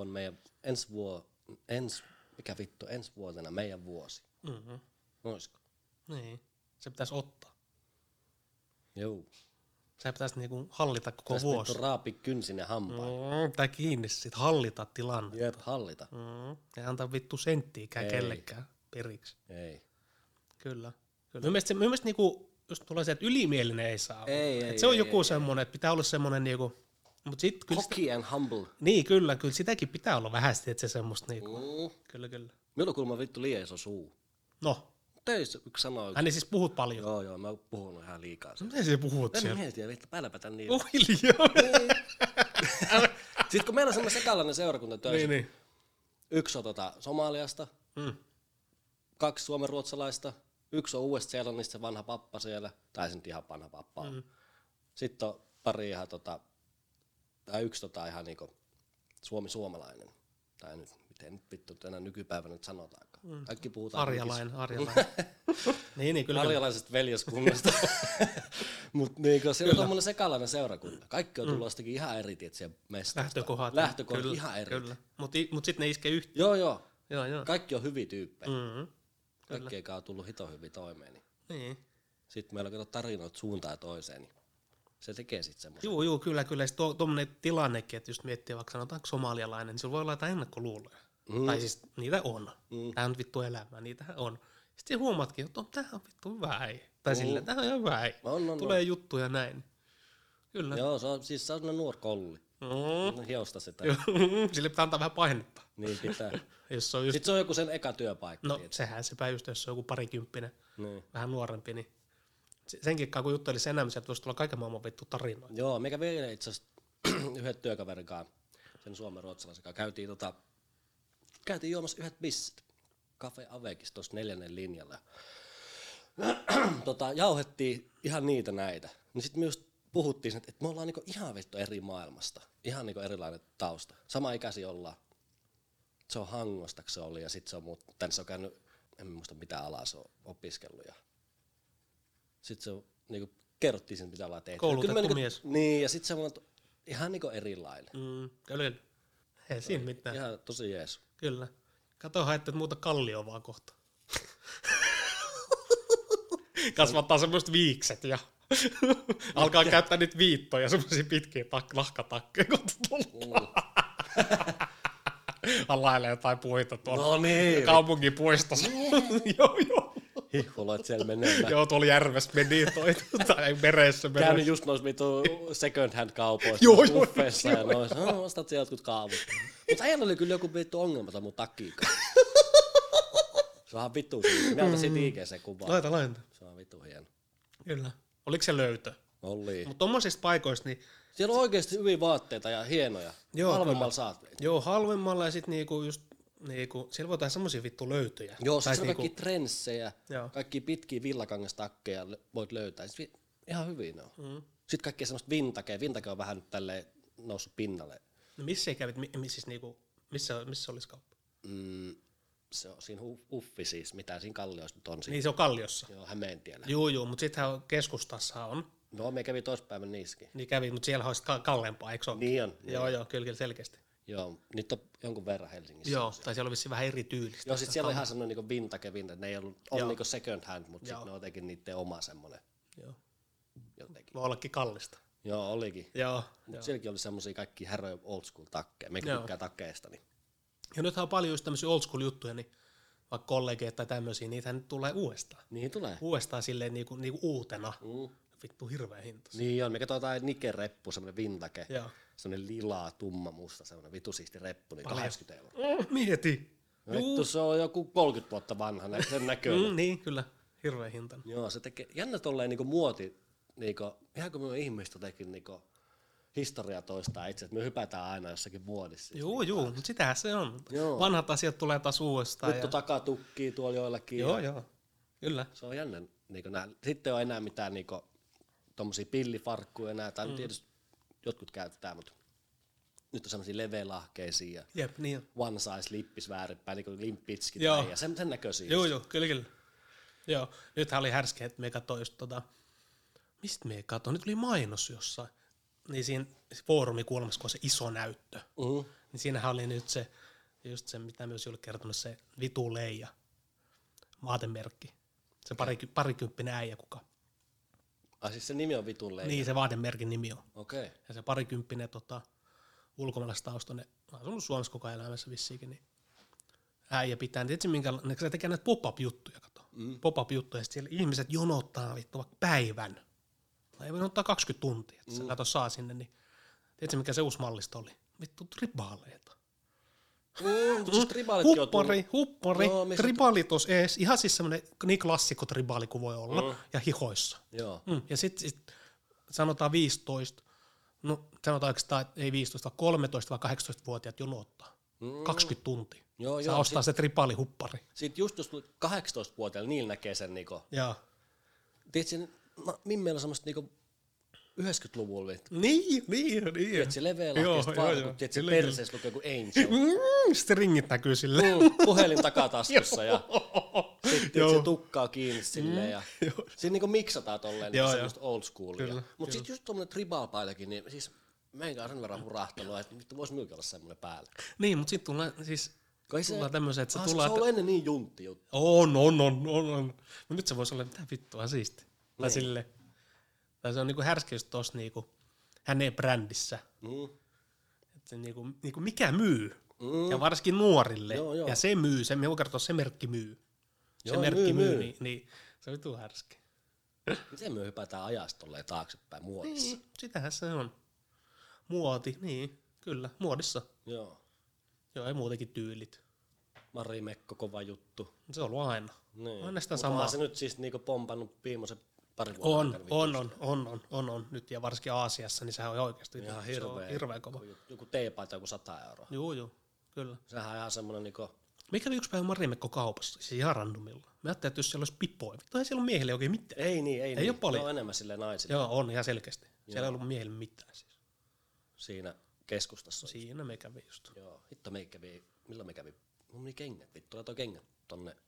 ensi vuotena meidän vuosi? Olisiko? Niin, se pitäisi ottaa. Joo. Se pitäisi niinku hallita koko Tässä vuosi. vittu raapi kynsin ja hampaan. Tää kiinni sit, hallita tilanne. Jep, hallita. Ei antaa vittu senttiikään Ei. kellekään periksi. Ei. Kyllä. Minun mielestä niinku, just tulee se, että ylimielinen ei saa olla. Ei, se on joku semmonen, että pitää olla semmonen niinku, mut sit kyllä Cocky and humble. niin kyllä sitäkin pitää olla vähästi, että se semmoista niinku. Kyllä. Minulla on kuulemma vittu liian iso suu. No, Töissä yksi sanoo. niin siis puhut paljon. Joo, mä oon puhunut ihan liikaa. Miten sä puhut En siellä? mieti, vittu päälläpätä niin. Hiljaa. Sitten kun meillä on semmoinen sekalainen seurakunta töissä. niin. Yksi on Somaliasta, 2 suomenruotsalaista, 1 on Uudesta-Seelannista, se vanha pappa siellä, tai se nyt ihan vanha pappa on. Sitten on pari ihan tai yksi ihan niinku suomalainen. Tai nyt, miten nyt vittu enää nykypäivänä nyt sanotaankaan. Kaikki puhutaan Arjalainen. niin, kyllä. arjalaisesta veljeskunnasta. Mutta niinku, siellä on tommonen sekalainen seurakunta. Kaikki on tullut jostakin ihan eri, tietsä, mestasta. Lähtökohdat Ihan eri. Kyllä. Mut sit ne iskee yhteen. Joo. Joo. Kaikki on hyviä tyyppejä. Mm-hmm. Kaikki eikä ole tullut hito hyvin toimeen. Niin. Sitten meillä on tarinoita suuntaan ja toiseen, niin se tekee sitten semmoisen. Joo, kyllä. Sitten tuommoinen tilannekin, että just miettii vaikka sanotaanko somalialainen, niin sulla voi olla jotain ennakkoluuloja. Tai siis niitä on. Tää on vittu elämää, niitähän on. Sitten huomaatkin, että tämähän on vittu hyvä äijä. Tai silleen, tämähän on ihan hyvä äijä. Tulee juttuja näin. Kyllä. Joo, se on sellainen nuori kolli. Hiosta sitä. Sille pitää antaa vähän painetta. Niin pitää. Jos se on just... Sitten se on joku sen eka työpaikka. No sehän sepä just, jos se on joku parikymppinen, niin. vähän nuorempi, niin senkin kun juttelisi enemmän, sieltä voisi tulla kaiken maailman vittu tarinoita. Joo, mikä vielä itse asiassa yhden työkaverin kanssa, sen suomen ruotsalaisen kanssa, käytiin juomassa yhdet bisset. Cafe Avekissa tuossa 4. linjalla. Jauhettiin ihan niitä näitä. Niin sitten me just puhuttiin, että me ollaan niinku ihan vittu eri maailmasta. Ihan niinku erilainen tausta. Sama ikäisiä ollaan. Se on Hangosta, se oli, ja sitten se on tänne se on käynyt, en muista mitä alaa se on opiskellut. Sitten se on, niinku, kerrottiin sen, mitä ollaan tehty. Koulutettu mies. Niin, ja sitten se on ihan niinku erilainen. Kyllä. Ei siinä mitään. Ihan tosi jees. Kyllä. Katohan, että muuta kallio vaan kohta. Kasvattaa semmoiset viikset ja alkaa käyttää niitä viittoja, semmoisia pitkiä lahkatakkeja, kun halailee jotain puita tuolla kaupunkipuistossa. Joo. Hihkuloit siellä menee. Joo, tuolla järvessä meni toi, tai meressä. Käynyt just noissa vitu second hand kaupoissa, buffeissa ja noissa. Ostat sieltä jotkut kaavut. Mutta äijällä oli kyllä joku vittu ongelma mun takiikaan. Se on vittu siinä. Mä otan siitä IGC-kuvaa. Laita. Se on vittu hieno. Kyllä. Oliko se löytö? Oli. Mutta tommosista paikoista, niin... Siellä on oikeasti hyviä vaatteita ja hienoja. Joo, halvemmalla saat. Joo, halvemmalla ja sit niinku just... siellä voi tehdä semmosia vittu löytöjä. Joo, siis on kaikki trenssejä, kaikki pitkiä villakangastakkeja voit löytää. Siis ihan hyvin ne on. Sitten kaikki semmoista vintage. Vintage on vähän nyt tälleen noussut pinnalle. No missä kävit, missä olisi kauppa? Se on siinä Uffi siis, mitä siinä Kalliossa nyt on. Niin se on Kalliossa. Joo, Hämeentiellä. Joo, mutta sittenhän keskustassa on. No, me kävi toispäivän niissäkin. Niin kävi, mutta siellä olisi kallempaa, eikö ole? Niin on. Joo, kyllä selkeästi. Joo, niitä on jonkun verran Helsingissä. Joo, tai siellä on vissiin vähän eri tyylistä. Joo, sit siellä on ihan semmoinen niinku vintage. Ne ei ollut niinku second hand, mutta sitten ne on jotenkin niiden oma semmoinen. Joo. Jotenkin. Voi ollakin kallista. Joo, olikin. Joo. Mutta sielläkin oli semmoisia kaikki häröjä old school takkeja. Mekin tykkää takkeista. Niin. Ja nythän on paljon just tämmöisiä old school juttuja, niin vaikka kollegeita tai tämmöisiä, niitähän tulee uudestaan. Niihin tulee. Uudestaan silleen niinku uutena. Vittu hirveä hinta. Niin on, me katsotaan Nike-reppu, semmoinen vintage. Joo. Semmoinen lilaa, tumma, musta, semmoinen vitu siisti reppu, niin 80 €. Mieti. Vittu, se on joku 30 vuotta vanha, sen näköinen. Niin, kyllä. Hirveä hinta. Joo, se tekee, jännä tolleen niinku muoti, niinku, ihan kuin me ihmiset jotenkin niinku historia toistaa itse, että me hypätään aina jossakin muodissa. Joo, mutta sitähän se on. Joo. Vanhat asiat tulee taas uudestaan. Vittu takatukkii tuolla joillakin. Joo, kyllä. Se on jännä. Niinku sitten ei ole enää mitään niinku, tommosia pillifarkkuja enää, tai tietysti jotkut käyttää, mutta nyt on semmosia levelahkeisia ja Jep, niin on. one size lippis väärinpäin, niinku limppitskit ja sen näköisiä. Joo, kyllä. Joo, nythän oli härski, että me katsoin just mistä me katsoin, nyt tuli mainos jossain, niin siinä foorumikuulemassa, kun on se iso näyttö, niin siinähän oli nyt se, just se, mitä myös oli kertonut, se Vitu Leija, vaatemerkki, se parikymppinen äijä, kuka. Siis se nimi on Vitun Leija? Niin, se vaatemerkin nimi on. Okei. Ja se parikymppinen ulkomaalaistaustainen, on asunut Suomessa koko elämässä vissiinkin, niin äijä pitää, niin tietysti minkälainen, se tekee näitä pop-up-juttuja, pop-up-juttuja, ja siellä ihmiset jonottaa vittu vaikka päivän. Ei voi ottaa 20 tuntia, että se saa sinne, niin tiedätkö mikä se uusi mallisto oli? Vittu tribaaleita. Huppari, tribaalit olisi ees, ihan siis semmoinen niin klassikko tribaali kuin voi olla, ja hihoissa. Joo. Ja sitten sanotaan 15, no sanotaan oikeastaan, että ei 15, vaan 13 vai 18-vuotiaat jonottaa. 20 tuntia. Saa ostaa se tribaalihuppari. Sitten just jos 18-vuotiailla, niillä näkee sen niinku. Joo. Tiedätkö, meillä on semmoista niinku 90-luvulla. Niin. Tiedätkö, leveälahkeista vaan, kun tiedätkö, perseessä lukee joku Angel. Sitten ringit näkyy silleen. Puhelin takataskussa ja sitten se tukkaa kiinni silleen. Ja siinä niinku miksataan tolleen niin semmoista old schoolia. Mutta sitten just tommonen tribal-paitakin, niin siis meidän kanssa sen verran hurahtelua, että nyt vois minunkin olla semmoinen päällä. Niin, mutta sitten tulee siis Kai se, tullaan tämmöisen, että se on ollut ennen niin juntti juttu. On. No nyt se voisi olla mitä vittua siisti. Tai sille. Tai se on niinku härskeys tossa niinku hänen brändissä. Että se niinku mikä myy. Ja varsinkin nuorille. Joo. Ja se myy, se me voi kertoa, se merkki myy. Se merkki myy. Niin se on vittu härski. Miten me hypätään ajasta tolleen taaksepäin muodissa? Niin, sitähän se on. Muoti, niin, kyllä, muodissa. Joo. Joo, ei muutenkin tyylit. Marimekko, kova juttu. Se on ollut aina. Niin. Aina sitä Mutta samaa. onhan se nyt siis niinku pompannut viimeisen pari vuotta. On. Nyt ja varsinkin Aasiassa, niin sehän on oikeasti ihan hirveä kova. Joku teepaita, joku 100 €. Joo, kyllä. Sehän on ihan semmonen niinku... Me kävi yksi päivä Marimekko kaupassa, siis ihan randomilla. Mä ajattelin, että jos siellä olisi pippoja, vittu ei siellä ole miehille oikein mitään. Ei ole paljon. Ne on enemmän silleen naisille. Joo, on ihan selkeästi. Siellä ei ollut miehille mitään siis. Siinä keskustassa. Siinä me kävi just. Joo, hitto me kävi, milloin me kävi? Mun meni kengät, vittu, laitoi kengät tonne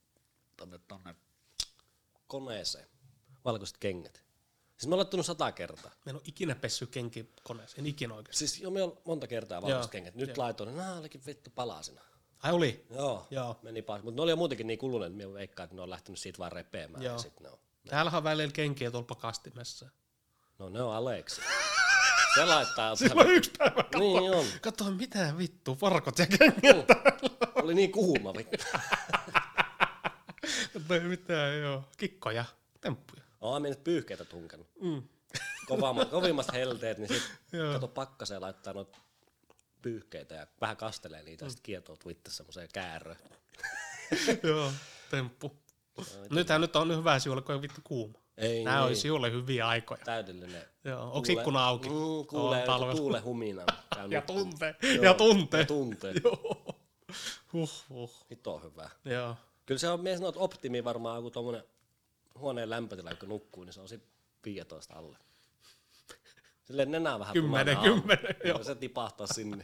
koneeseen. Valkoiset kengät. Siis mä oon laittanut 100 kertaa. Mä en ole ikinä pessy kenkiä koneeseen, en ikinä oikeasti. Siis jo me on monta kertaa valkoiset kengät. Nyt laitoin, nää olikin vittu palasina. Ai oli? Joo. Meni paas. Mutta ne oli jo muutenkin niin kuluneet, että mä veikkaan, että ne on lähtenyt siitä vaan repeämään. Ja sit ne on. Täällähän on välillä kenkiä tuolla pakastimessa. No ne on Aleksi. Se laittaa... Silloin yksi päivä Niin on. Kato mitä vittu, varkot ja kengät. Oli niin kuuma vittu. Ei mitään, joo. Kikkoja, temppuja. Oon mä nyt pyyhkeitä tunkenut. Kovimmat helteet, niin sit kato pakkaseen laittaa noita pyyhkeitä ja vähän kastelee niitä ja sit kietoo Twitter semmoseen kääröön. Joo, temppu. Nythän nyt on hyvä sijoilla, kun on vittu kuuma. Nää on sijoille hyviä aikoja. Täydellinen. Joo, onks ikkuna auki? Kuulee tuulen huminan. Ja tuntee. Joo. Hito on hyvä. Joo. Kyllä se on mies sanoo, että optimi varmaan, kun tommonen huoneen lämpötila, kun nukkuu, niin se on sit 15 alle. Silleen nenää vähän 10, joo. Se tipahtaa sinne.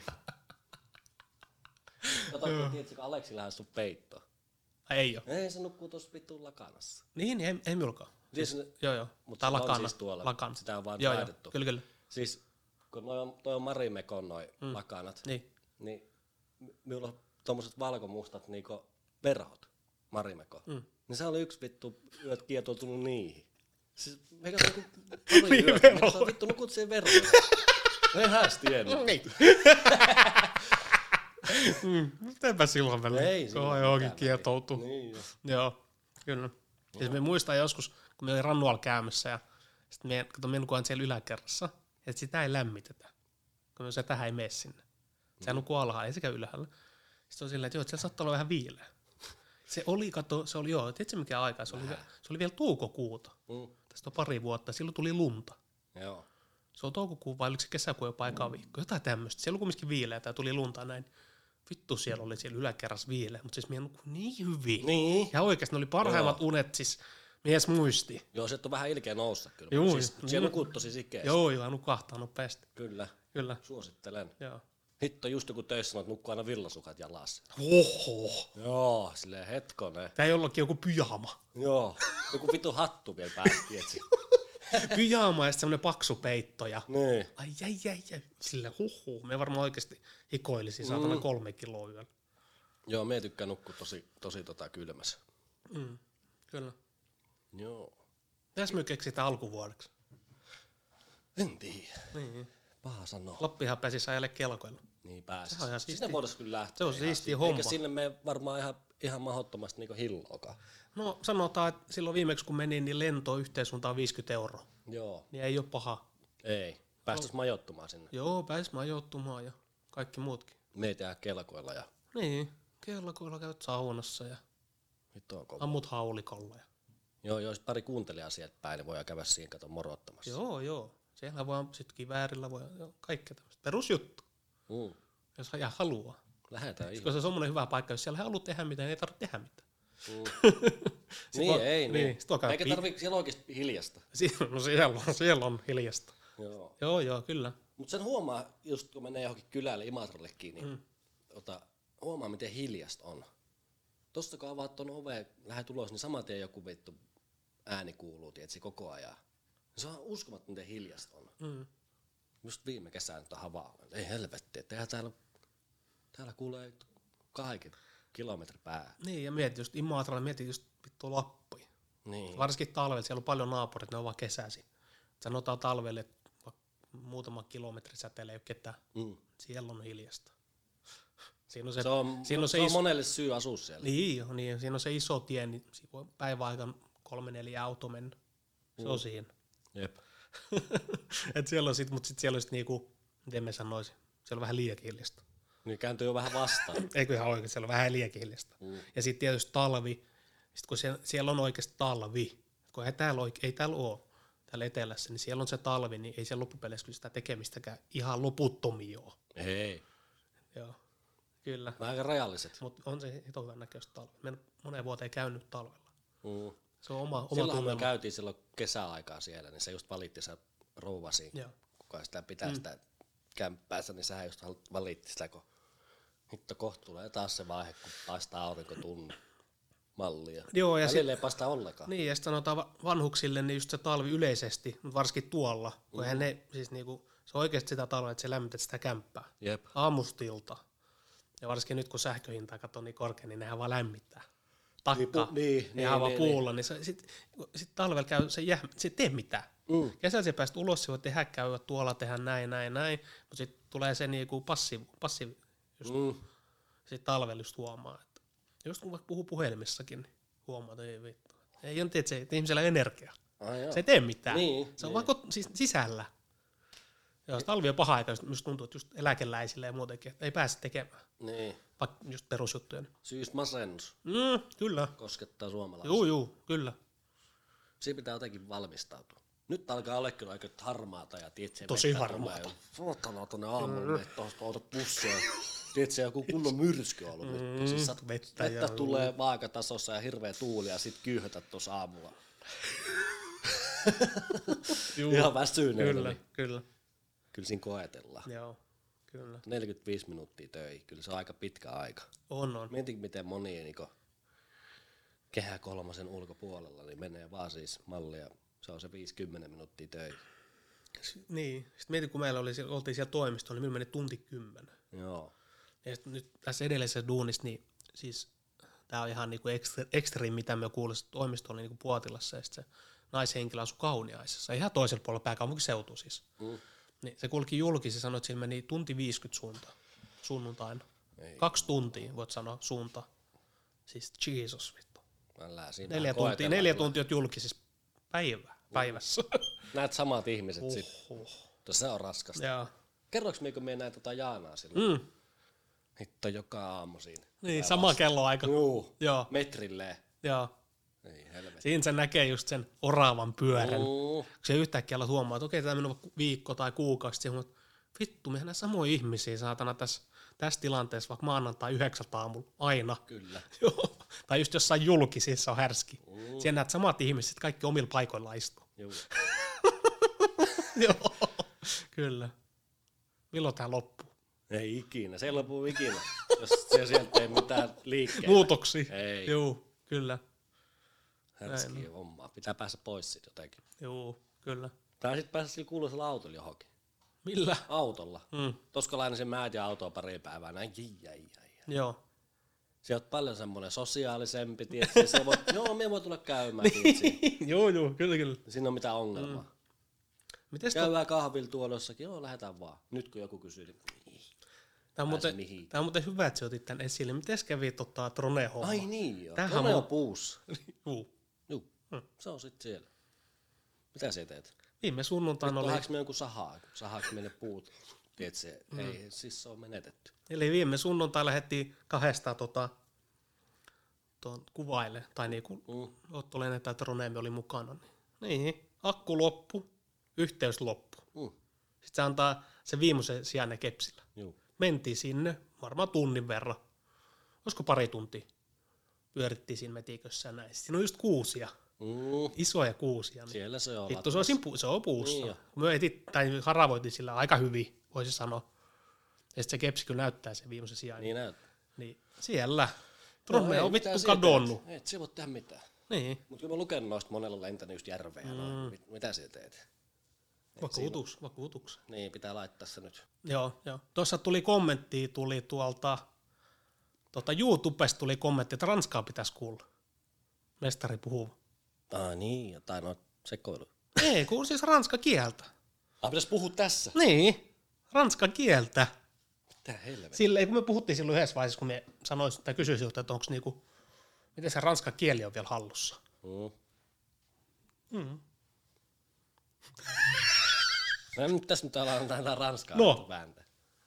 Kato, tiedätkö, kun Aleksi lähes sun peittoon. Ei oo. Ei, se nukkuu tossa vittuun lakanassa. Niin, ei minullakaan. Siis, joo. Mutta se on siis tuolla. Lakana. Sitä on vaan laitettu. Kyllä. Siis, kun toi on Marimekon noi lakanat, niin minulla on tommoset valkomustat niinku verhot Marimekon. Niin se oli yksi vittu yöt kietoutunut niihin. Siis meikä on niinku pari yötä, meikä on vittu nukut siihen verhoon. En häs tiennyt. Niin. Enpä silloin välillä, kun on johonkin kietoutu. Niin, joo, kyllä. Siis me muistan joskus, kun me oli rannualla käymässä ja sitten me nukuin siellä yläkerrassa, että sitä ei lämmitetä, kun se tähän ei mene sinne. Sehän nukuu alhaalla, ei se käy ylhäällä. Sitten on silleen, että joo, että siellä saattaa olla vähän viileä. Se oli, tiedätkö mikä aika? Se oli vielä toukokuuta. Tästä on pari vuotta, silloin tuli lunta. Joo. Se on toukokuu vai oliko se kesäkuun jopa eka viikko, jotain tämmöistä. Siellä oli kumminkin viileä tai tuli lunta näin. Vittu siellä oli siellä yläkerrassa viileä, mutta siis minä nukuin niin hyvin. Niin. Ja oikeasti ne oli parhaimmat unet, siis mies muisti. Joo, se on vähän ilkeä nousta kyllä. Joo, siis, siellä nukut tosi sikeästi. Joo, nukahtaa nopeasti. Kyllä. Suosittelen. Joo. Hitto, just kun töissä sanoo, että nukkuu aina villasukat jalassa. Oho. Joo, silleen hetkonen. Tää ei ollakin joku pyjama. Joo, joku vitu hattu vielä päästä, tietysti. Pyjama ja semmonen paksu peitto ja niin. Ai. Silleen me varmaan oikeesti hikoilisin saatana 3 kiloa yöllä. Joo, me tykkään nukkua tosi kylmässä. Kyllä. Joo. Mitäs me keksitään alkuvuodeksi? En tiedä. Niin. Paha sanoa. Lappihan pääsisi ajelle kelkoilla. Niin pääsis. Se on ihan siistiä. Sinne voitaisiin kyllä lähteä. Se on siistiä homma. Eikä sinne mene varmaan ihan mahdottomasti niinku hilloakaan. No sanotaan, että silloin viimeksi kun menin, niin lento yhteen suuntaan 50 €. Joo. Niin ei ole paha. Ei. Päästäis majoittumaan sinne. Joo, pääsis majoittumaan ja kaikki muutkin. Me tehdään kelkoilla ja... Niin, kelkoilla käyt saunassa ja ammut haulikolla. Joo, jos pari kuuntelijaa sieltä päin, niin voidaan käydä siihen katon morottamassa. Joo. Siellä voi sit kiväärillä, voi kaikkea tämmöistä. Perusjuttu. Jos haluaa. Lähetään koska se on semmoinen hyvä paikka, jos siellä haluat tehdä mitään, ei tarvitse tehdä mitään. Niin. Eikä tarvitse siellä oikeasti hiljasta. Siellä on hiljasta. Joo, kyllä. Mutta sen huomaa, just kun menee johonkin kylälle Imatrallekin, niin huomaa miten hiljasta on. Tosta kun avaat ton oveen, lähdet ulos, niin saman tien joku vittu ääni kuuluu, tiedätkö, koko ajan. Se on uskomatta miten hiljasta on. Just viime kesänä nyt on havaa. Ei helvetti, että eihän täällä kuulee 2 kilometri päähän. Niin, ja mietit just Imatralla, mietit just vittu Lappi. Niin. Varsinkin talvella, siellä on paljon naapurit, ne on vaan kesäsi. Sanotaan talvelle, että muutama kilometri säteillä ei ole ketään. Siellä on hiljasta. Siinä on se on monelle syy asua siellä. Niin, siinä on se iso tie, niin siinä voi päiväaikaan 3-4 auto mennä. Se on siinä. Jep. Et siellä on mutta sit siellä on sit niinku, miten me sanoisin, siellä on vähän liiankin hiljasta. Niin kääntyy jo vähän vastaan. Eikö ihan oikein, siellä on vähän liiankin hiljasta. Ja sitten tietysti talvi, sit kun siellä on oikeasti talvi, kun ei täällä ole, täällä etelässä, niin siellä on se talvi, niin ei siellä loppupeleissä kyllä sitä tekemistäkään ihan loputtomia ole. Ei. Joo, kyllä. Vähän rajalliset. Mutta on se hito hyvän näköistä talvi. Me moneen vuoteen käynyt talvella. Se on oma silloin tunnelma. me käytiin silloin kesäaikaa siellä, niin se just valitti se rouva siinä, kuka sitä pitää sitä kämppäänsä, niin sehän just valitti sitä, kun hitto kohta tulee taas se vaihe, kun paistaa aurinko tunnin mallia. Joo, ja välillä ei paista ollenkaan. Niin, ja sitten sanotaan vanhuksille, niin just se talvi yleisesti, mutta varsinkin tuolla, kun eihän ne, siis niinku, se on oikeasti sitä talvea, että se lämmität sitä kämppää. Jep. Aamustilta. Ja varsinkin nyt, kun sähköhintaa katsoo niin korkea, niin nehän vaan lämmittää. Takka, nehän vaan puulla, niin sit talvella käy, se ei tee mitään. Kesällä se päästä ulos, se voi tehdä, käydä tuolla, tehdä näin, mutta sitten tulee se niinku passiivi just. Sitten talvella just huomaa, että just kun vaikka puhuu puhelimissakin, niin huomaa, että ei vittu. Ei ole, että ihmisellä on energiaa. Se ei tee mitään. Se on vaan siis sisällä. Joo, talvi on paha aika, just tuntuu, että just eläkeläisille ja muutenkin, että ei pääse tekemään. Niin. Vaikka just perusjuttuja. Syysmasennus. Kyllä. Koskettaa suomalaisia. Joo, kyllä. Siinä pitää jotenkin valmistautua. Nyt alkaa olla kyllä aika harmaata ja tiedätkö, tosi harmaata. Suottanaa tuonne aamulla, että tuosta otat pussia. Tiedätkö, joku kunnon myrsky on ollut nyt. Siis vettä tulee vaakatasossa ja hirveä tuuli ja sit kyyhötät tuossa aamulla. Ihan väsyneenä. Kyllä. Kyllä siinä koetellaan. Joo, kyllä. 45 minuuttia töihin, kyllä se on aika pitkä aika. On. Mietin, miten moni niin Kehä kolmosen ulkopuolella niin menee vaan siis mallia. Se on se 50 minuuttia töihin. Niin, sitten mietin, kun meillä oltiin siellä toimistolla, niin meillä meni tunti 10. Joo. Ja nyt tässä edellisessä duunissa, niin siis tää on ihan niinku ekstriimi, mitä me kuulemme toimistolla niinku Puotilassa, ja sitten se naishenkilö asui Kauniaisessa, ihan toisella puolella pääkaupunkiseutua siis. Niin se kulki julki, se sanoi, että sillä meni tunti 50 sunnuntaina. 2 tuntia, voit sanoa, suunta. Siis Jesus vittu. 4 tuntia oot julki, siis päivässä. Näet samat ihmiset sitten. Se on raskasta. Jaa. Kerroks me, kun me näin Jaanaa silloin? Hitto joka aamu siinä. Niin, sama kelloaika. Joo. Metrilleen. Joo. Ei helvetti. Siinä se näkee just sen oravan pyörän. Kun se yhtäkkiä alat huomaa, että okei, tämä on mennyt viikko tai kuukausi. Sitten vittu, mehän nähdään samoja ihmisiä saatana tässä tilanteessa, vaikka maanantai 9 aamulla aina. Kyllä. Joo. Tai just jossain julkisissa on härski. Siellä näet samat ihmiset, kaikki omilla paikoilla istuu. Joo, kyllä. Milloin tämä loppuu? Ei ikinä, se ei lopu ikinä, jos se sieltä ei mitään liikkeelle. Muutoksia. Ei. Joo, kyllä. Härskiä hommaa. Pitää päästä pois siitä jotenkin. Joo, kyllä. Tai sitten päästä sillä kuuluisella autolla johonkin. Millä? Autolla. Toska lainasin määtin autoa pari päivää, näin Joo. Se on paljon semmoinen sosiaalisempi, tietysti. Se voi, me voi tulla käymään, Joo, kyllä. Siinä on mitään ongelmaa. Käydään kahvilla tuolla jossakin, lähdetään vaan. Nyt kun joku kysyy, niin Tämä on muuten hyvä, että sä otit tän esille. Mites kävi Trone-homma? Ai niin joo, Trone on puussa. Juu, se on sitten siellä. Mitä sä teet? Viime sunnuntaina oli... Haaks me jonkun sahaaks meille puut? Tiedätkö, ei, siis se on menetetty. Eli viime sunnuntai lähdettiin 2 tuon kuvaille, tai niinku Otto Lennettä ja Troneemi oli mukana. Niin, akku loppu, yhteys loppu. Sitten se antaa se viimeisen sijainen kepsillä. Mentiin sinne, varmaan tunnin verran. Olisiko 2 tuntia? Pyörittiin siinä metikössä ja näin. Siinä on just kuusia. Isoja kuusia. Niin. Siellä se on. Vittu, se on puussa. Niin me haravoitiin sillä aika hyvin, voisi sanoa. Ja sitten se kepsi kyllä näyttää sen viimeisen sijainen. Niin näyttää. Niin siellä. Trone on vittu kadonnut. Et se voi tehdä mitään. Niin. Mutta kun mä lukenut noista monella lentänyt just järveen, mitä sä teet? Vakuutuksen. Niin, pitää laittaa se nyt. Joo. Tuossa tuli kommentti tuolta YouTubesta tuli kommentti, että ranskaa pitäisi kuulla. Mestari puhuu. Niin, jotain noita sekoiluja. Ei, kun siis ranska kieltä. Pitäisi puhua tässä. Niin, ranska kieltä. Mitä helvettiä? Silleen, kun me puhuttiin silloin yhdessä vaiheessa, kun me sanoisin tai kysyisin, että onko niinku, miten se ranska kieli on vielä hallussa. Nyt tässä nyt ollaan ranskaa vääntää.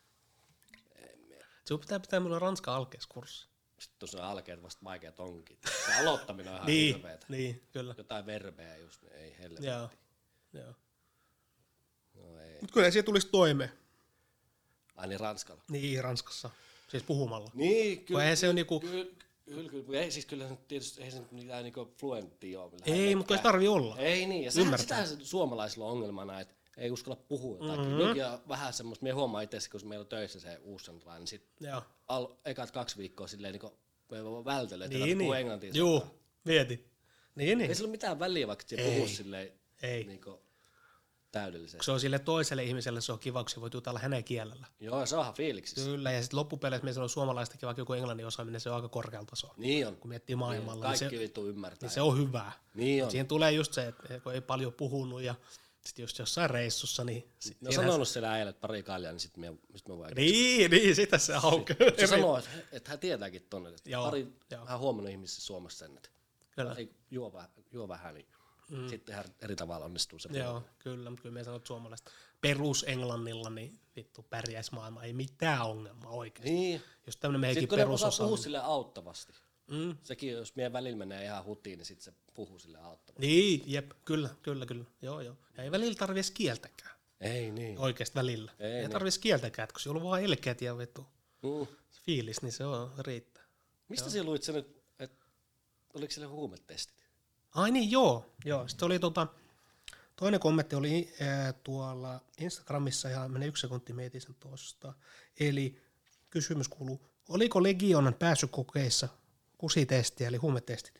Sinun pitää minulle ranska alkeiskurssi. Sitten tuossa alkeet vasta vaikeat onkin. Se aloittaminen on ihan hirveetä. Niin, kyllä. Jotain verbejä just, niin ei helvetti. Joo. No ei. Mutta kyllä siellä tulisi toimeen. Ai niin ranskalla? Niin, Ranskassa. Siis puhumalla. Niin, kyllä. Eihän se on niinku... Kyllä. Ei, siis kyllä tietysti ei se nyt mitään niinku fluenttia ole. Ei, mutta ei tarvii olla. Ei niin, ja sitä suomalaisilla on ongelmana, että ei uskalla puhua jotakin. Nytkin on vähän semmoista, minä huomaan itse, kun meillä on töissä se uussantilainen, niin sitten ekat 2 viikkoa silleen niinku me vaan vältellä, että puhuu englantia. Juu, mieti. Niin. Ei sillä ole mitään väliä, vaikka se puhuu silleen niinku täydellisesti. Se on sille toiselle ihmiselle, se on kiva, kun se voi jutella hänen kielellä. Joo, se onhan fiiliksissä. Kyllä, ja sitten loppupeleissä meillä on suomalaistakin, vaikka joku englannin osaaminen, se on aika korkealla tasolla. Niin on. Kun miettii maailmalla. Niin kaikki vittu ymmärtää. Niin se on hyvää. Niin on. Siihen tulee just se, että kun ei paljon puhunut ja sitten just jossain reissussa, niin... No sanonut siellä äijälle pari kaljaa, niin sitten me vaan... Niin, sitä se aukeaa. Se sanoo, että hän tietääkin tonne. Hän huomannut ihmisissä Suomessa sen, että juo vähän, niin sitten hän eri tavalla onnistuu se. Joo, kyllä, mutta kyllä me sanot suomalaista perusenglannilla, niin vittu pärjäisi maailma, ei mitään ongelmaa oikeasti. Niin. Jos tämmönen meidänkin perusosa. Sitten kun ne perusosa... puhuu silleen auttavasti. Sekin, jos meidän välillä menee ihan hutiin, niin sitten se puhuu silleen auttavasti. Niin, jep, kyllä. Joo. Ja ei välillä tarvitse kieltäkään. Ei niin. Oikeasti välillä. Ei tarvitse kieltäkään, kun siellä on vaan elkeät ja vittu fiilis, niin se on riittää. Mistä sä luit sen nyt, että oliko siellä huumetestit? Ai niin, joo. Sitten oli toinen kommentti oli tuolla Instagramissa, ja menee 1 sekunti, mietin sen tuosta. Eli kysymys kuuluu, oliko Legionan pääsykokeissa kusitestiä, eli huumetestit?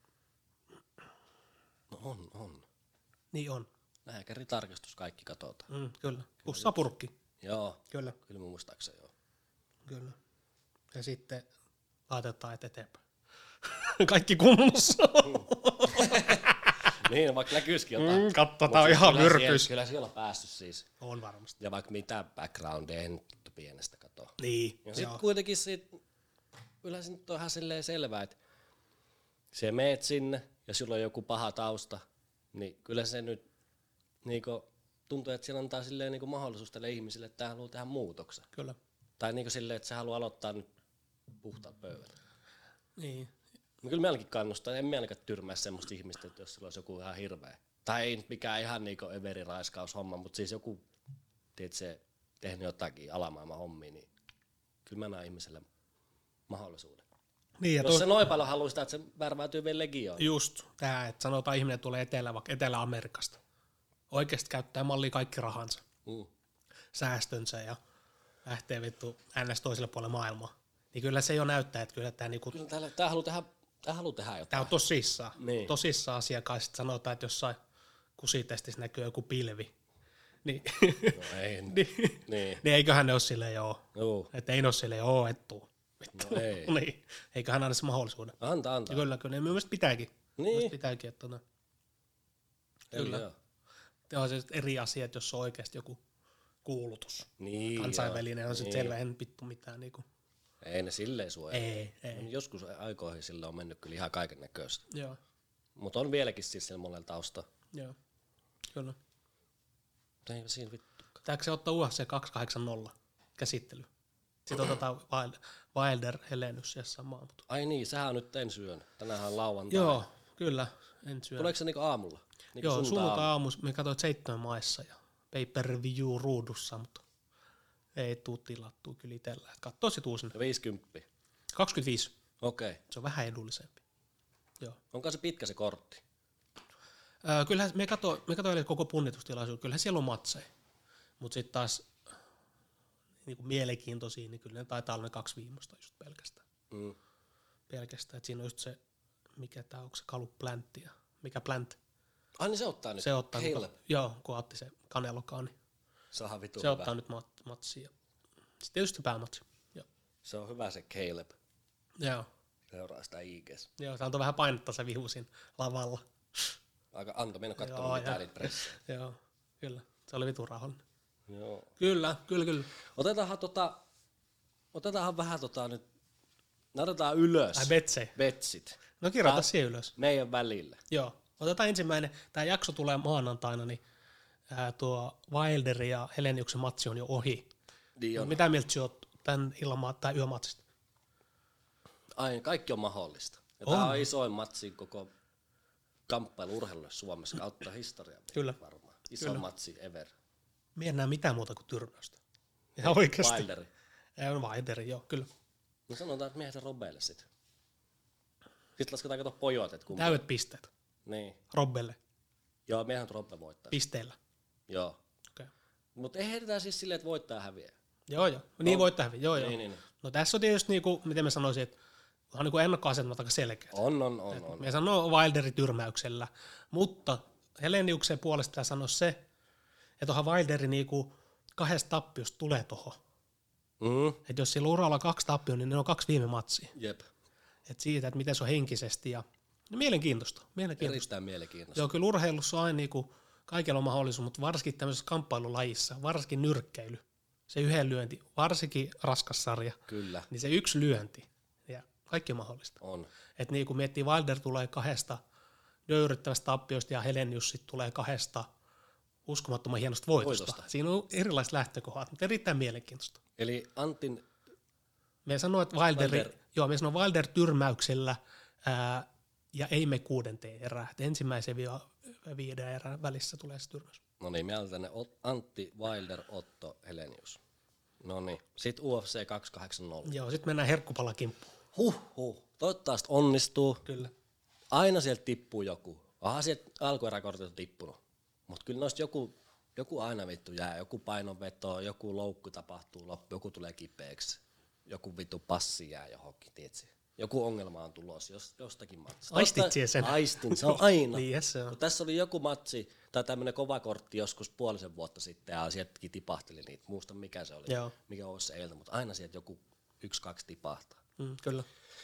No on. Niin on. Lääkäritarkastus kaikki katsotaan. Kyllä. Pussapurkki. Joo. Kyllä mun muistaakseni joo. Kyllä. Ja sitten laitetaan eteenpäin. Kaikki kunnossa. Niin, vaikka näkyisikin jotain. Katsotaan ihan myrkys. Kyllä siellä on päässyt siis. On varmasti. Ja vaikka mitä backgroundia, ei nyt pienestä katoa. Niin. Ja sitten kuitenkin siitä, kyllä se nyt on ihan silleen selvää, että se meet sinne ja sulla on joku paha tausta, niin kyllä se nyt niinku, tuntuu, että siellä antaa silleen niinku mahdollisuus tälle ihmisille, että tämä haluaa tehdä muutoksen. Kyllä. Tai niinku silleen, että se haluaa aloittaa nyt puhtaat pöydät. Niin. No kyllä meilläkin kannustaa, en meilläkään tyrmää semmoista ihmistä, että jos sillä olisi joku ihan hirveä. Tai ei mikään ihan niinku överiraiskaushomma, mutta siis joku, tiedät se, tehnyt jotakin alamaailman hommia, niin kyllä mä annan ihmiselle mahdollisuuden. Niin, jos se noin paljon haluaa sitä, että se värväytyy vielä legioon. Just tämä, että sanotaan ihminen tulee vaikka Etelä-Amerikasta. Oikeasti käyttää mallia kaikki rahansa, säästönsä ja lähtee vittu ns. Toiselle puolelle maailmaa. Niin kyllä se jo näyttää, että kyllä tämä niinku... Kyllä tämä haluaa tehdä jotain. Tämä on tosissaan. Niin. Tosissaan asiakas. Sitten sanotaan, että jossain kusitestissä näkyy joku pilvi. Niin, no ei. niin eiköhän ne ole silleen joo. Että ei ne ole silleen joo, et tuu. No ei. Niin. Eiköhän aina se mahdollisuuden. Antaa. Ja kyllä. Ja mielestäni pitääkin. Niin. Pitääkin, että kyllä. Joo. On se eri asia, että jos on oikeasti joku kuulutus. Niin, kansainvälinen on sitten selvä, en vittu mitään niinku. Ei ne silleen suojaa. Ei. Joskus aikoihin sillä on mennyt kyllä ihan kaiken näköistä. Joo. Mutta on vieläkin siis siellä monella tausta. Joo, kyllä. Eikö siinä vittu? Pitääkö se ottaa UFC 280 käsittely? Sitten otetaan Wilder Helenius ja samaa. Mutta... Ai niin, sehän on nyt ensi yönä. Tänäänhän on lauantai. Joo, kyllä, ensi yönä. Tuleeko se niinku aamulla? Niinku joo, sunnuntai-aamussa. Me katsoin 7 maissa ja pay-per-view ruudussa, mutta ei tuu tilattua kyllä itsellä. Katsoo sit uusinta. 50. 25. Okei. Okay. Se on vähän edullisempi. Joo. Onko se pitkä se kortti? Kyllähän me katsoin koko punnitustilaisuus. Kyllähän siellä on matseja. Mutta sitten taas niinku mielenkiintoisia, niin kyllä ne taitaa olla ne 2 viimeistä just pelkästään. Pelkästään. Et siinä on just se, mikä tää onko se Kalu Plantti ja mikä Plant. Ai niin se ottaa nyt. Se ottaa joo, kun otti se Kanelokaan, niin se ottaa nyt matsia. Sitten tietysti päämatsi. Joo. Se on hyvä se Caleb. Joo. Seuraa sitä IGs. Joo, se antoi vähän painetta se vihu siinä lavalla. Aika antoi mennä katsomaan Joo, mitään joo. niitä pressejä. Joo, kyllä. Se oli vitun rauhallinen. Joo. Kyllä. Otetaanhan vähän nyt, otetaan ylös Ai betsei. betsit No kirjoita siihen ylös. meidän välille. Joo. Otetaan ensimmäinen. Tämä jakso tulee maanantaina, niin tuo Wilder ja Heleniuksen matsi on jo ohi. Niin on. Mitä mieltä sä oot tämän illan tai yömatsista? Kaikki on mahdollista. Ja On. tämä on isoin matsi koko kamppailu-urheilulle Suomessa kautta historiaa. Kyllä. Varmaan. Isoin matsi ever. Mie en näe mitään muuta kuin tyrmäystä. Ihan oikeasti. Wilderi. Wilderi, joo, kyllä. No sanotaan, että miehet ja Robeille sit. Sitten lasketaan kato pojat, että kumpi. Täydet pisteet. Niin. Robbelle. Joo, miehän Robbe voittaa. Pisteellä. Joo. Okay. Mutta ei heitetään siis silleen, että voittaa häviää. Joo. Niin voittaa hyvin. Joo. Niin. No tässä on tietysti, niinku, miten mä sanoisin, että on niinku ennakkoasetelmat aika selkeät. On. Me sanoo Wilderin tyrmäyksellä, mutta Heleniuksen puolesta sanoo se, että onhan Wilderi niinku 2 tappiosta tulee tohon. Että jos sillä uralla 2 tappioa, niin ne on 2 viime matsia. Jep. Et siitä, että miten se on henkisesti ja no, mielenkiintoista. Erittäin mielenkiintoista. Joo, kyllä urheilussa on aina niinku, kaikilla on mahdollisuus, mutta varsinkin tämmöisessä kamppailulajissa, varsinkin nyrkkeily, se yhden lyönti, varsinkin raskas sarja, Kyllä. niin se yksi lyönti, ja kaikki on mahdollista. On. Että niin kun miettii, Wilder tulee 2 nöyryttävästä tappioista ja Helenius sit tulee 2 uskomattoman hienosta voitosta. Siinä on erilaiset lähtökohdat, mutta erittäin mielenkiintoista. Eli Antin Me sanoo, että me sanoo Wilder tyrmäyksellä ja ei me 6. erää. Et ensimmäisen 5 erän välissä tulee se tyrmäys. No niin, mieltä tänne Antti, Wilder, Otto, Helenius. No niin, sit UFC 280. Joo, sitten mennään herkkupalakimppuun. Toivottavasti onnistuu. Kyllä. Aina sieltä tippuu joku. Onhan sieltä alkueräkortit on tippunut. Mutta kyllä noista joku aina vittu jää. Joku painonveto, joku loukku tapahtuu loppu, joku tulee kipeäksi. Joku vittu passi jää johonkin, tiedätkö? Joku ongelma on tulossa jostakin matsista. Aistit siihen sen? Aistin, se on aina. Niin, se on. Kun tässä oli joku matsi tai tämmöinen kova kortti joskus 5 vuotta sitten ja sieltäkin tipahteli niitä. Muista mikä se oli, Joo. mikä olisi se eiltä, mutta aina sieltä joku 1-2 tipahtaa. Kyllä.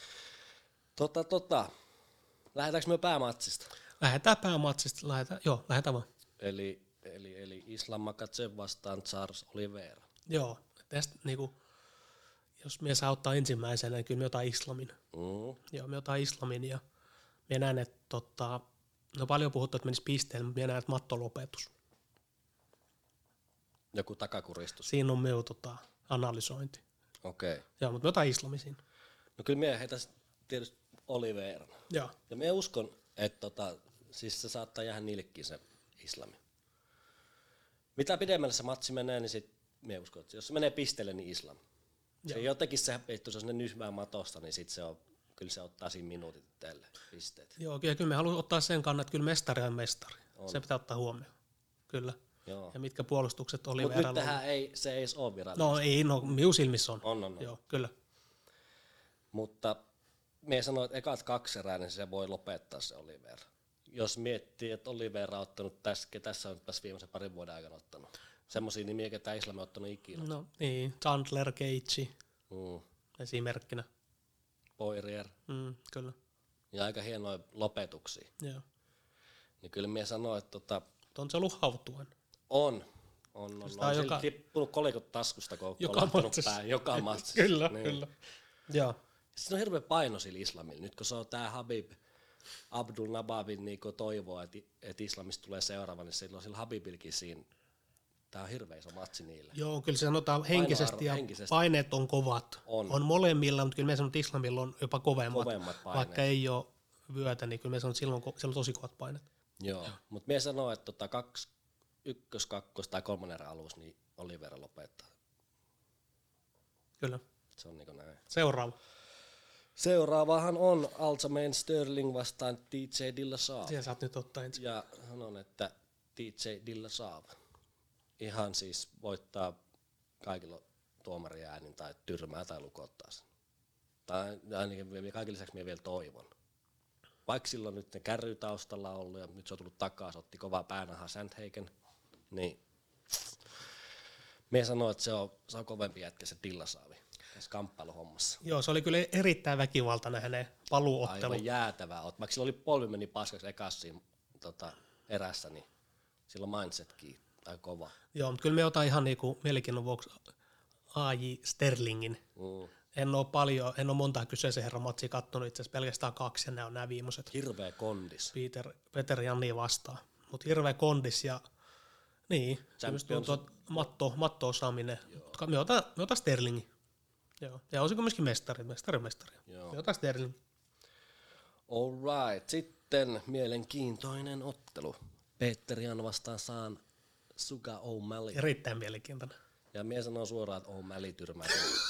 Lähdetäänkö me päämatsista? Lähdetään päämatsista. Lähdetään vaan. Eli Islam Makhachev vastaan Charles Oliveira. Joo, tästä niinku, jos mies auttaa ensimmäisenä, niin kyllä me otan Islamin. Joo, me otan Islamin ja me näen, että no paljon puhuttu, että menisi pisteelle, mutta me näen, että mattolopetus. Joku takakuristus. Siinä on meu analysointi. Okei. Joo, mutta me otan Islamin siinä. No kyllä me heitäisi tietysti Oliveira. Joo. Ja me uskon, että siis se saattaa jäädä niillekin se Islami. Mitä pidemmälle se matsi menee, niin sit me uskon, että jos se menee pisteelle, niin Islam. Se jotenkin se, että jos ne nyhmää matosta, niin sit kyllä se ottaa siinä minuutit tälle pisteet. Joo, ja kyllä me haluamme ottaa sen kannan, että kyllä mestari on mestari. Se pitää ottaa huomioon. Kyllä. Joo. Ja mitkä puolustukset oli Mutta nyt tähän se ei ole virallista. No ei, minun silmissä on. On. Joo, kyllä. Mutta me sanoin, että ekat 2 erää, niin se voi lopettaa se Oliveira. Jos miettii, että Oliveira on ottanut tässä on tässä viimeisen 2 vuoden aikana ottanut. Semmoisia nimiä, ketä Islam on ottanut ikinä. No niin, Chandler, Cage esimerkkinä. Poirier. Kyllä. Ja aika hienoja lopetuksia. Joo. Niin kyllä minä sanoin, että On se ollut hautuen. on. Sitä on Sillä tippunut kolikot taskusta, kun on Joka kolahtanut matsissa. pää. Joka matsissa. Kyllä, niin. kyllä. Joo. Sitten on hirveä paino sillä Islamilla. Nyt kun se on tää Habib Abdul Nabavin niin toivoo, että Islamista tulee seuraava, niin silloin sillä Habibilkin siinä. Tää on hirveä iso matsi niille. Joo, kyllä se sanotaan henkisesti ja paineet on kovat. On molemmilla, mutta kyllä me sanon, että Islamilla on jopa kovemmat paineet. Vaikka ei ole vyötä, niin kyllä me sanon, että silloin on tosi kovat paineet. Joo, mutta minä sanoin, että 1, 2 tai 3 erän alus, niin Oliveira lopettaa. Kyllä. Se on niin näin. Seuraava. Seuraavahan on Aljamain Sterling vastaan TJ Dillashaw. Siellä saat nyt ottaa ensin. Ja sanon, että TJ Dillashaw ihan siis voittaa kaikilla tuomariäänin tai tyrmää tai lukottaa sen. Tai ainakin kaikille lisäksi minä vielä toivon. Vaikka silloin nyt ne kärry taustalla on ollut ja nyt se on tullut takaa, se otti kovaa päänahaa Sandhagen, niin minä sanoin, että se on kovempi jätkä se Dillashaw. tässä kamppailuhommassa. Joo, se oli kyllä erittäin väkivaltainen hänen paluuottelu. Aivan jäätävää. Vaikka sillä oli polvi meni paskaksi ekassa siinä, erässä, niin silloin mindsetkin aika kova. Joo, mutta kyllä me otan ihan niinku mielenkiinnon vuoksi A.J. Sterlingin. En ole montaa kyseisen herran matsia kattonut, itse asiassa pelkästään 2 ja nämä on nämä viimeiset. Hirveä kondis. Peter Janni vastaan. Mutta hirveä kondis ja niin, matto-osaaminen. Me otan Sterlingin. Joo. Ja olisiko myöskin mestari. Joo. Me otan Sterlingin. Alright, sitten mielenkiintoinen ottelu. Peter Jan vastaan Saan Suga O'Malley. Erittäin mielenkiintoinen. Ja mie sanoo suoraan, että O'Malley tyrmää.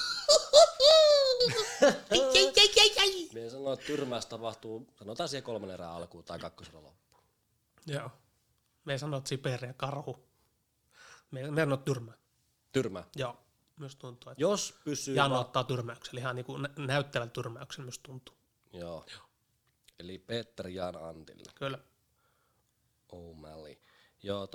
Mie sanoo, että tyrmäys tapahtuu, sanotaan siihen 3 erää alkuun tai 2 erää loppuun. Joo. Me sanoo, että Siperi ja Karhu. Me sanoo tyrmää. Tyrmää. Joo. Myös tuntuu, että Jos pysyy... Jan ottaa tyrmäyksen, ihan niin kuin näyttävän tyrmäyksen myös tuntuu. Joo. Eli Peter Jan Antille. Kyllä. O'Malley. Joo,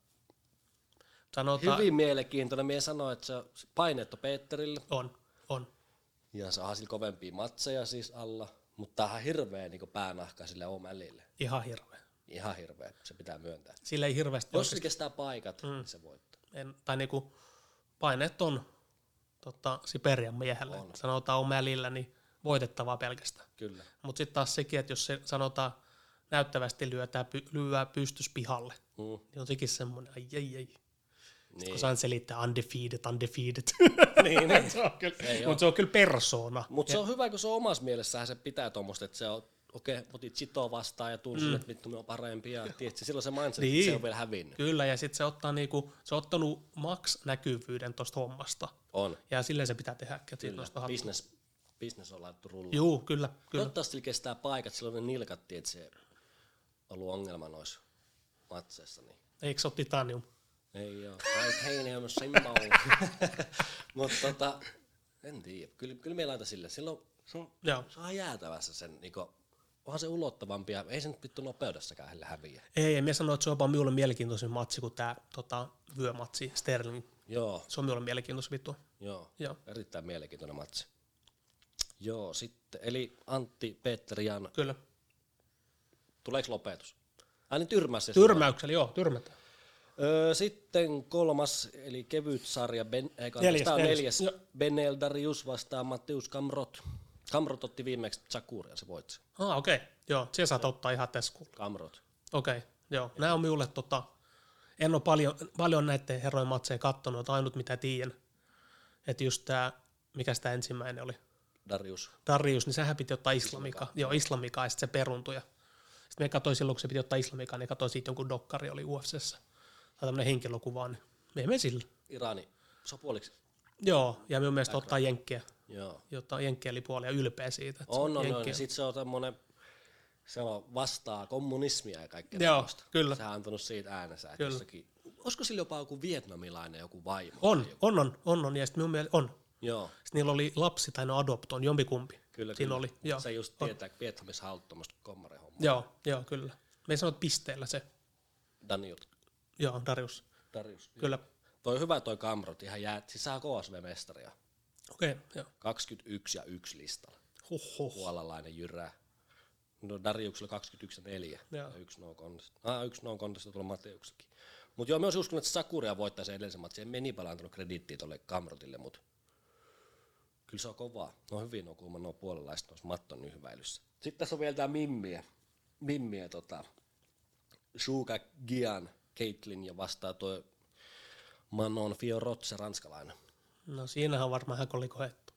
Sanotaan, hyvin mielenkiintoinen. Mie sanoin, että se paineet on Peterille. On. Ja saa sillä kovempia matseja siis alla. Mutta tää on hirveä niin päänahka sille O'Malleylle. Ihan hirveä. Ihan hirveä, se pitää myöntää. Sillä ei hirveästi Jos se kestää paikat, niin se voittaa. tai niinku paineet on Siperian miehelle. Sanotaan O'Malleyllä, niin voitettavaa pelkästään. Kyllä. Mutta sitten taas sekin, että jos se sanotaan näyttävästi lyö pystys pihalle, niin on sekin semmoinen, ai. Niin. Kun saan selittää undefeated. niin. Mutta se on kyllä persoona. Mutta se on hyvä, kun se on omassa mielessään se pitää tuommoista, että se on okei, otit sitoa vastaan ja tunsin, että vittu me on parempi ja tietysti silloin se mindset, niin. Se on vielä hävinnyt. Kyllä, ja sitten se ottaa niinku, se on ottanut max-näkyvyyden tosta hommasta. On. Ja silleen se pitää tehdä. Kyllä, business on laittu rullaan. Juu, kyllä. Toivottavasti sillä kestää paikat, silloin ne nilkattiin, että se on ollut ongelma noissa matseissa. Niin. Eikö se ole titanium? Ei oo. Titanium symbol. Mutta en tiedä. Kyllä meillä laita sille. Silloin se on jäätävässä sen, niinku, onhan se ulottavampi ja ei se nyt vittu nopeudessakaan heille häviä. Ei, minä sanoin, että se on jopa minulle mielenkiintoisin matsi kuin tämä vyömatsi Sterling. Joo. Se on minulle mielenkiintoisin vittu. Joo. Erittäin mielenkiintoinen matsi. Joo, sitten, eli Antti, Peter, Jan. Kyllä. Tuleeko lopetus? Ai niin tyrmässä. Tyrmäyksellä, joo, tyrmätään. Sitten 3, eli kevyt sarja, neljäs. Benel Darius vastaan Mateusz Kamrot. Kamrot otti viimeksi Tsakuria, se voitsi. Okei. Joo, se saat ottaa ihan tässä kuulla. Kamrot. Okei, joo. Nämä on minulle en ole paljon näiden herrojen matseja kattonut, että ainut mitä tiedän, että just tämä, mikä tämä ensimmäinen oli? Darius, niin sehän piti ottaa Islamika. Joo, Islamika ja sitten se peruntui. Sitten me katsoin silloin, kun se piti ottaa Islamika, niin katsoin siitä jonkun dokkari oli UFC:ssä. Tai tämmöinen henkilökuva, niin me emme sillä. Irani, se on puoliksi. Joo, ja minun mielestä ottaa jenkkiä. Joo. Ottaa jenkkiä eli puolia ylpeä siitä. On, ja sitten se on tämmöinen, se on vastaa kommunismia ja kaikkea. Joo, tämmöistä. kyllä. Se on antanut siitä äänensä, että jossakin, olisiko sillä jopa joku vietnamilainen joku vaimo? On, ja sitten minun mielestä on. Joo. Sitten niillä oli lapsi tai adoptoon, jompikumpi. Kyllä. Oli. Joo. Se just tietää, että Vietnamissa haluat tuommoista kommarehommaa. Joo, kyllä. Me ei sanot pisteellä se. Daniut. Joo, Darius. Kyllä. Toi hyvä toi Kamrot, ihan siis saa KSV-mestaria. Okei, joo. 21 ja 1 listalla. Puolalainen jyrää. No Dariuksella 21 ja 4. Ja 1 no contest. 1 no contest tuolla Mateuksellakin. Mut joo, mä olisin uskonut, että Sakuria voittaa sen edellisen matsin. En meni paljon antanut krediittiä tolle Kamrotille, mut kyllä se on kovaa. No hyvin no kuulemma nuo puolalaiset noissa matton nyhväilyssä. Sitten tässä on vielä tää Mimmiä Shuka Gian, Caitlin ja vastaa toi Manon Fiorot, se ranskalainen. No siinähän on varmaan hän oli kohettu.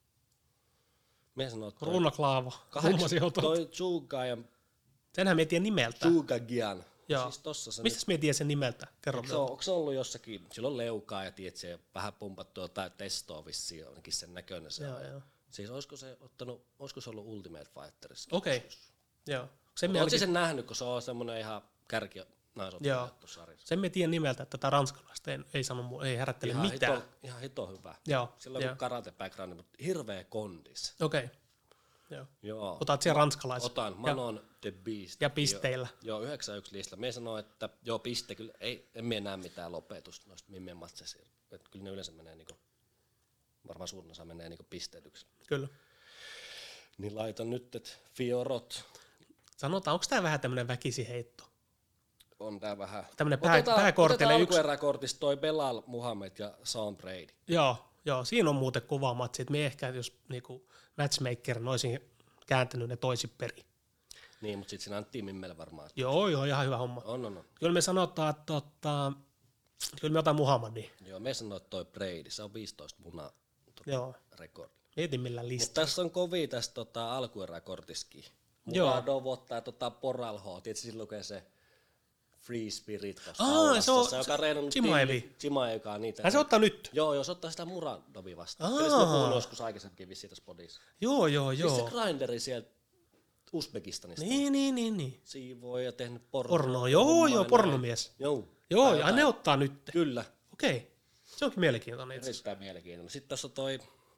Me sanoo, että Ruunaklaava. Toi Shuka ja senhän me tiedän nimeltä. Shuka Gian. Joo. Siis tossa se mistä me tiedän sen nimeltä? Kerro minulle. Onko se ollut jossakin, sillä on leukaa ja tiedät, se vähän pumpattua tai testoa vissiin, onkin sen näköinen se on. Joo. Siis olisiko se ollut Ultimate Fighterissa? Okei. Joo. Oletko sen nähnyt, kun se on semmoinen ihan kärki naisottaja tuossa sarjassa? Sen me tiedän nimeltä, että tätä ranskalaista ei herättele mitään. Ihan hito hyvä. Joo. Sillä on karate background, mutta hirveä kondis. Okei. Joo. Otat siellä ranskalaisen. Otan, Manon the Beast. Ja pisteillä. Joo, 9-1 listalla. Me sanoo, että joo, piste kyllä, en me näe mitään lopetusta noista Mimmien matseissa. Kyllä ne yleensä menee niinku varmaan suurin osa menee niinku pisteytyksellä. Kyllä. Niin laitan nyt, että Fiorot. Sanotaan, onko tää vähän tämmönen väkisiheitto? On tää vähän. Tämmönen pääkortille yksi. yksi. Alkueräkortista toi Belal, Muhammed ja Sean Brady. Joo, siinä on muuten kova matsi, että me ehkä, jos niinku matchmakerin olisin kääntänyt ne toisin perin. Niin, mutta sit siinä on tiimimmelle varmaan. Joo, ihan hyvä homma. On. Kyllä me sanotaan, että kyllä me otan Muhammadin. Joo, me sanoo, että toi Brady, se on 15 munaa Joo. rekordi. Mietin millään Mutta listalla. tässä on kovia tässä alkueräkortiskin. Joo. Muradov ottaa Poralhoa, tietysti siinä lukee se Free Spirit tossa Se on joka on reenannut Chimaevi. Chimaevi, joka on niitä. Se ottaa nyt. Joo, se ottaa sitä Muradovia vastaan. Kyllä sitä puhunut joskus aikaisemminkin vissiin tässä podissa. Joo. Se grinderi sieltä Uzbekistanista. Niin. Siivoo ja tehnyt pornoa. Porno, joo, pornomies. Joo, ja ne ottaa nyt. Kyllä. Okei. Se onkin mielenkiintoinen itse asiassa. Erittäin mielenkiintoinen. Sitten tässä on toi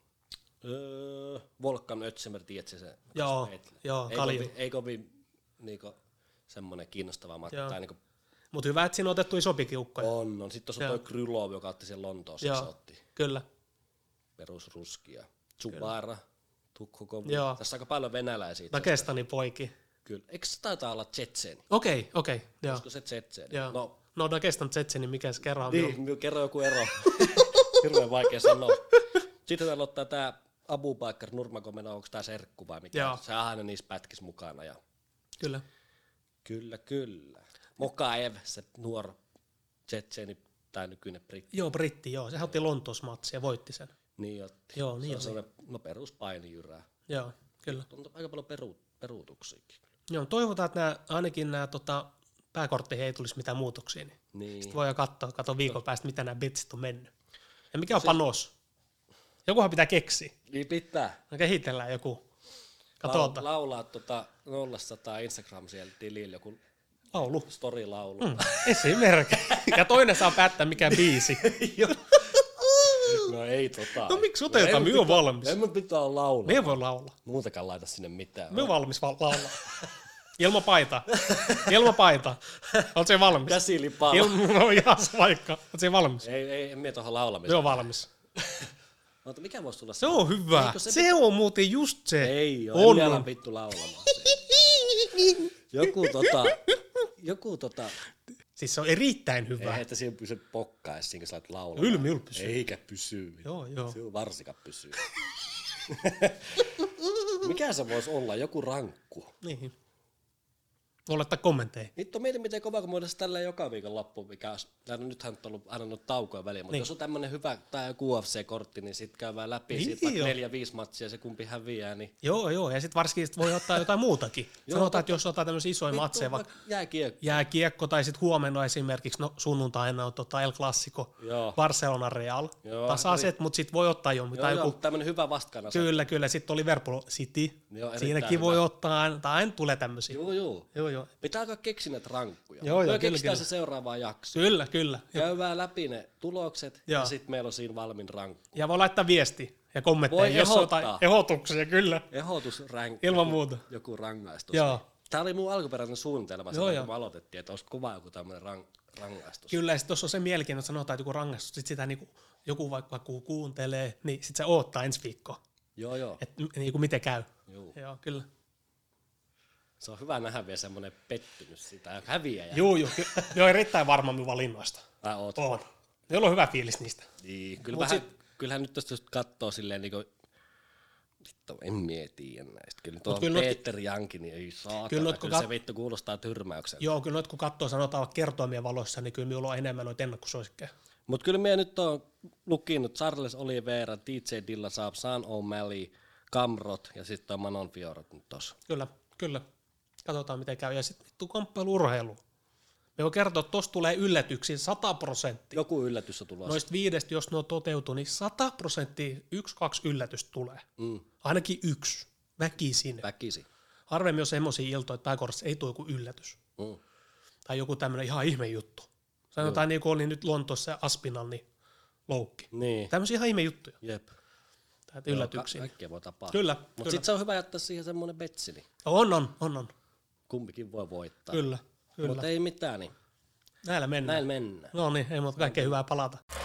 Volkan Ötsemer, tiedätkö se? Joo, Kalju. Ei kovin niinku semmonen kiinnostava matka. Tai niinku Mutta hyvä, että siinä on otettu isopi kiukkoja. on. Sitten tuossa on toi Krylov, joka otti sen Lontoossa, se otti Kyllä. perusruskia. Chubara, Tukhukov. Joo. Tässä on aika paljon venäläisiä. Dagestanin poiki. Kyllä. Eikö se taitaa olla tsetseeni? Okei, joo. Olisiko se tsetseeni? Joo. No Dagestan Tsetseni, mikä se kerran on? Niin, kerro joku ero. Hirveän vaikea sanoa. Sitten täällä ottaa tää Abu Bakr Nurmagomedov, onko tää serkku vai mikä? Joo. Se on aina niissä pätkissä mukana. Ja Kyllä. Kyllä. Mokaev, se nuori tsetseeni, tai nykyinen britti. Joo, britti, joo. Se otti Lontoossa matsia ja voitti sen. Niin otti. Joo, niin se on oli. sellainen peruspainijyrää. Joo, kyllä. On aika paljon peruutuksiakin. Joo, toivotaan, että ainakin nämä pääkortteihin ei tulisi mitään muutoksia. Niin. Sitten voidaan katsoa viikon päästä, mitä nämä betsit on mennyt. Ja mikä on panos? Jokuhan pitää keksiä. Niin pitää. No kehitellään joku. Katsotaan. Laulaa 0-100 Instagram siellä tilillä joku Laulu. story-laulu. Esimerkiksi. Ja toinen saa päättää, mikä biisi. No ei No miksi otetaan? Me on valmis. Ei mun pitää olla laulaa. Me ei voi laulaa. Muutakaan laita sinne mitään. Me on valmis laulaa. Ilman paita. Oletko se valmis? Käsilipalla. No ihan vaikka. Oletko se valmis? Ei, en mie tuohon laulamiseen. Me on valmis. Mutta mikä voisi tulla? Se on hyvä. Eikö Se on muuten just se. Ei oo, en ala vittu laulamaan. Joku Siis se on erittäin hyvä. ei, että siinä pysy pokkaessa, siinä kun sä lait laulamaan. Ylmi pysyy. Eikä pysy. Joo. Se on varsika pysyy. Mikä se voisi olla? Joku rankku. Niin. Voi laittaa kommentteja. Vittu, mietin miten kova, kun muodostaa tälleen joka viikon loppuun, mikä olisi, nythän on ollut aina noita taukoja väliin, mutta Niin. jos on tämmönen hyvä tai joku UFC-kortti, niin sit käydään läpi Niin siitä joo. vaikka 4-5 matsia, se kumpi häviää, niin Joo, ja sitten varsinkin sit voi ottaa jotain muutakin. Sanotaan, että jos ottaa tämmöisiä isoja matseja, vaikka jääkiekko tai sitten huomenna esimerkiksi, no sunnuntaina on El Clasico, Joo. Barcelona Real, Joo, tasaiset, mutta sitten voi ottaa jo mitään joku. tämmönen hyvä vastakkaina. Kyllä, sitten oli Liverpool City, Joo, erittäin siinäkin hyvä. voi ottaa, tai aina tulee tämmöisiä. Joo. Pitää alkaa keksiä näitä rankkuja. Joo, Me kyllä, keksitään kyllä. se seuraavaan jakso. Kyllä. Käydään läpi ne tulokset Joo. ja sitten meillä on siinä valmiin rankku. Ja voi laittaa viesti ja kommentteja, Voi jos on ehdottaa. jotain ehdotuksia, kyllä. Ehdotusrankku. Ilman muuta. Joku rangaistus. Joo. Tämä oli mun alkuperäinen suunnitelma, Joo. kun me aloitettiin, että olisi kova joku tämmöinen rangaistus. Kyllä, ja sitten tuossa on se mielenkiintoinen, että sanotaan, että joku rangaistus, sitten sitä niinku, joku vaikka kun kuuntelee, niin sitten se odottaa ensi viikkoa, Joo. että niinku miten käy. Juu. Joo, kyllä. Se on hyvä nähdä vielä semmoinen pettymys siitä, häviäjä. Joo, erittäin varma minun valinnoista. Oot. On. Jolla on hyvä fiilis niistä. Niin, kyllähän nyt tästä jos katsoo silleen niinku, vittu, en mietiä näistä. Kyllä tuo Peter Janki, niin ei saatana. Kyllä se vittu kuulostaa tyrmäykseltä. Joo, kyllä noit kun katsoo sanotaan vaikka kertoimien valossa, niin kyllä minulla on enemmän noita ennakkosuosikkeja. Mutta kyllä minä nyt on lukinut Charles Oliveira, DJ Dilla Saab, Sean O'Malley, Camrot ja sitten on Manon Fiorot nyt tossa. Kyllä. Katsotaan miten käy. Ja sitten vittu kamppailu-urheilu. Me voi kertoa, että tossa tulee yllätyksiä 100%. Joku yllätys on tulossa. Noista 5, jos ne on toteutunut, niin 100% 1-2 yllätystä tulee. Ainakin 1. Väkisin. Harvemmin on semmoisia iltoja, että pääkorissa ei tule joku yllätys. Tai joku tämmöinen ihan ihme juttu. Sanotaan niin kuin oli nyt Lontoossa ja Aspinall, niin loukki. Niin. Tämmöisiä ihan ihme juttuja. Jep. Tai yllätyksiä. Kaikkea voi tapahtua. Kyllä. Mutta sitten se on hyvä jättää siihen semmoinen betsini. On. Kumpikin voi voittaa. Kyllä. Mutta ei mitään, niin Näillä mennään. näin mennään. No niin, ei muuta kaikkea hyvää palata.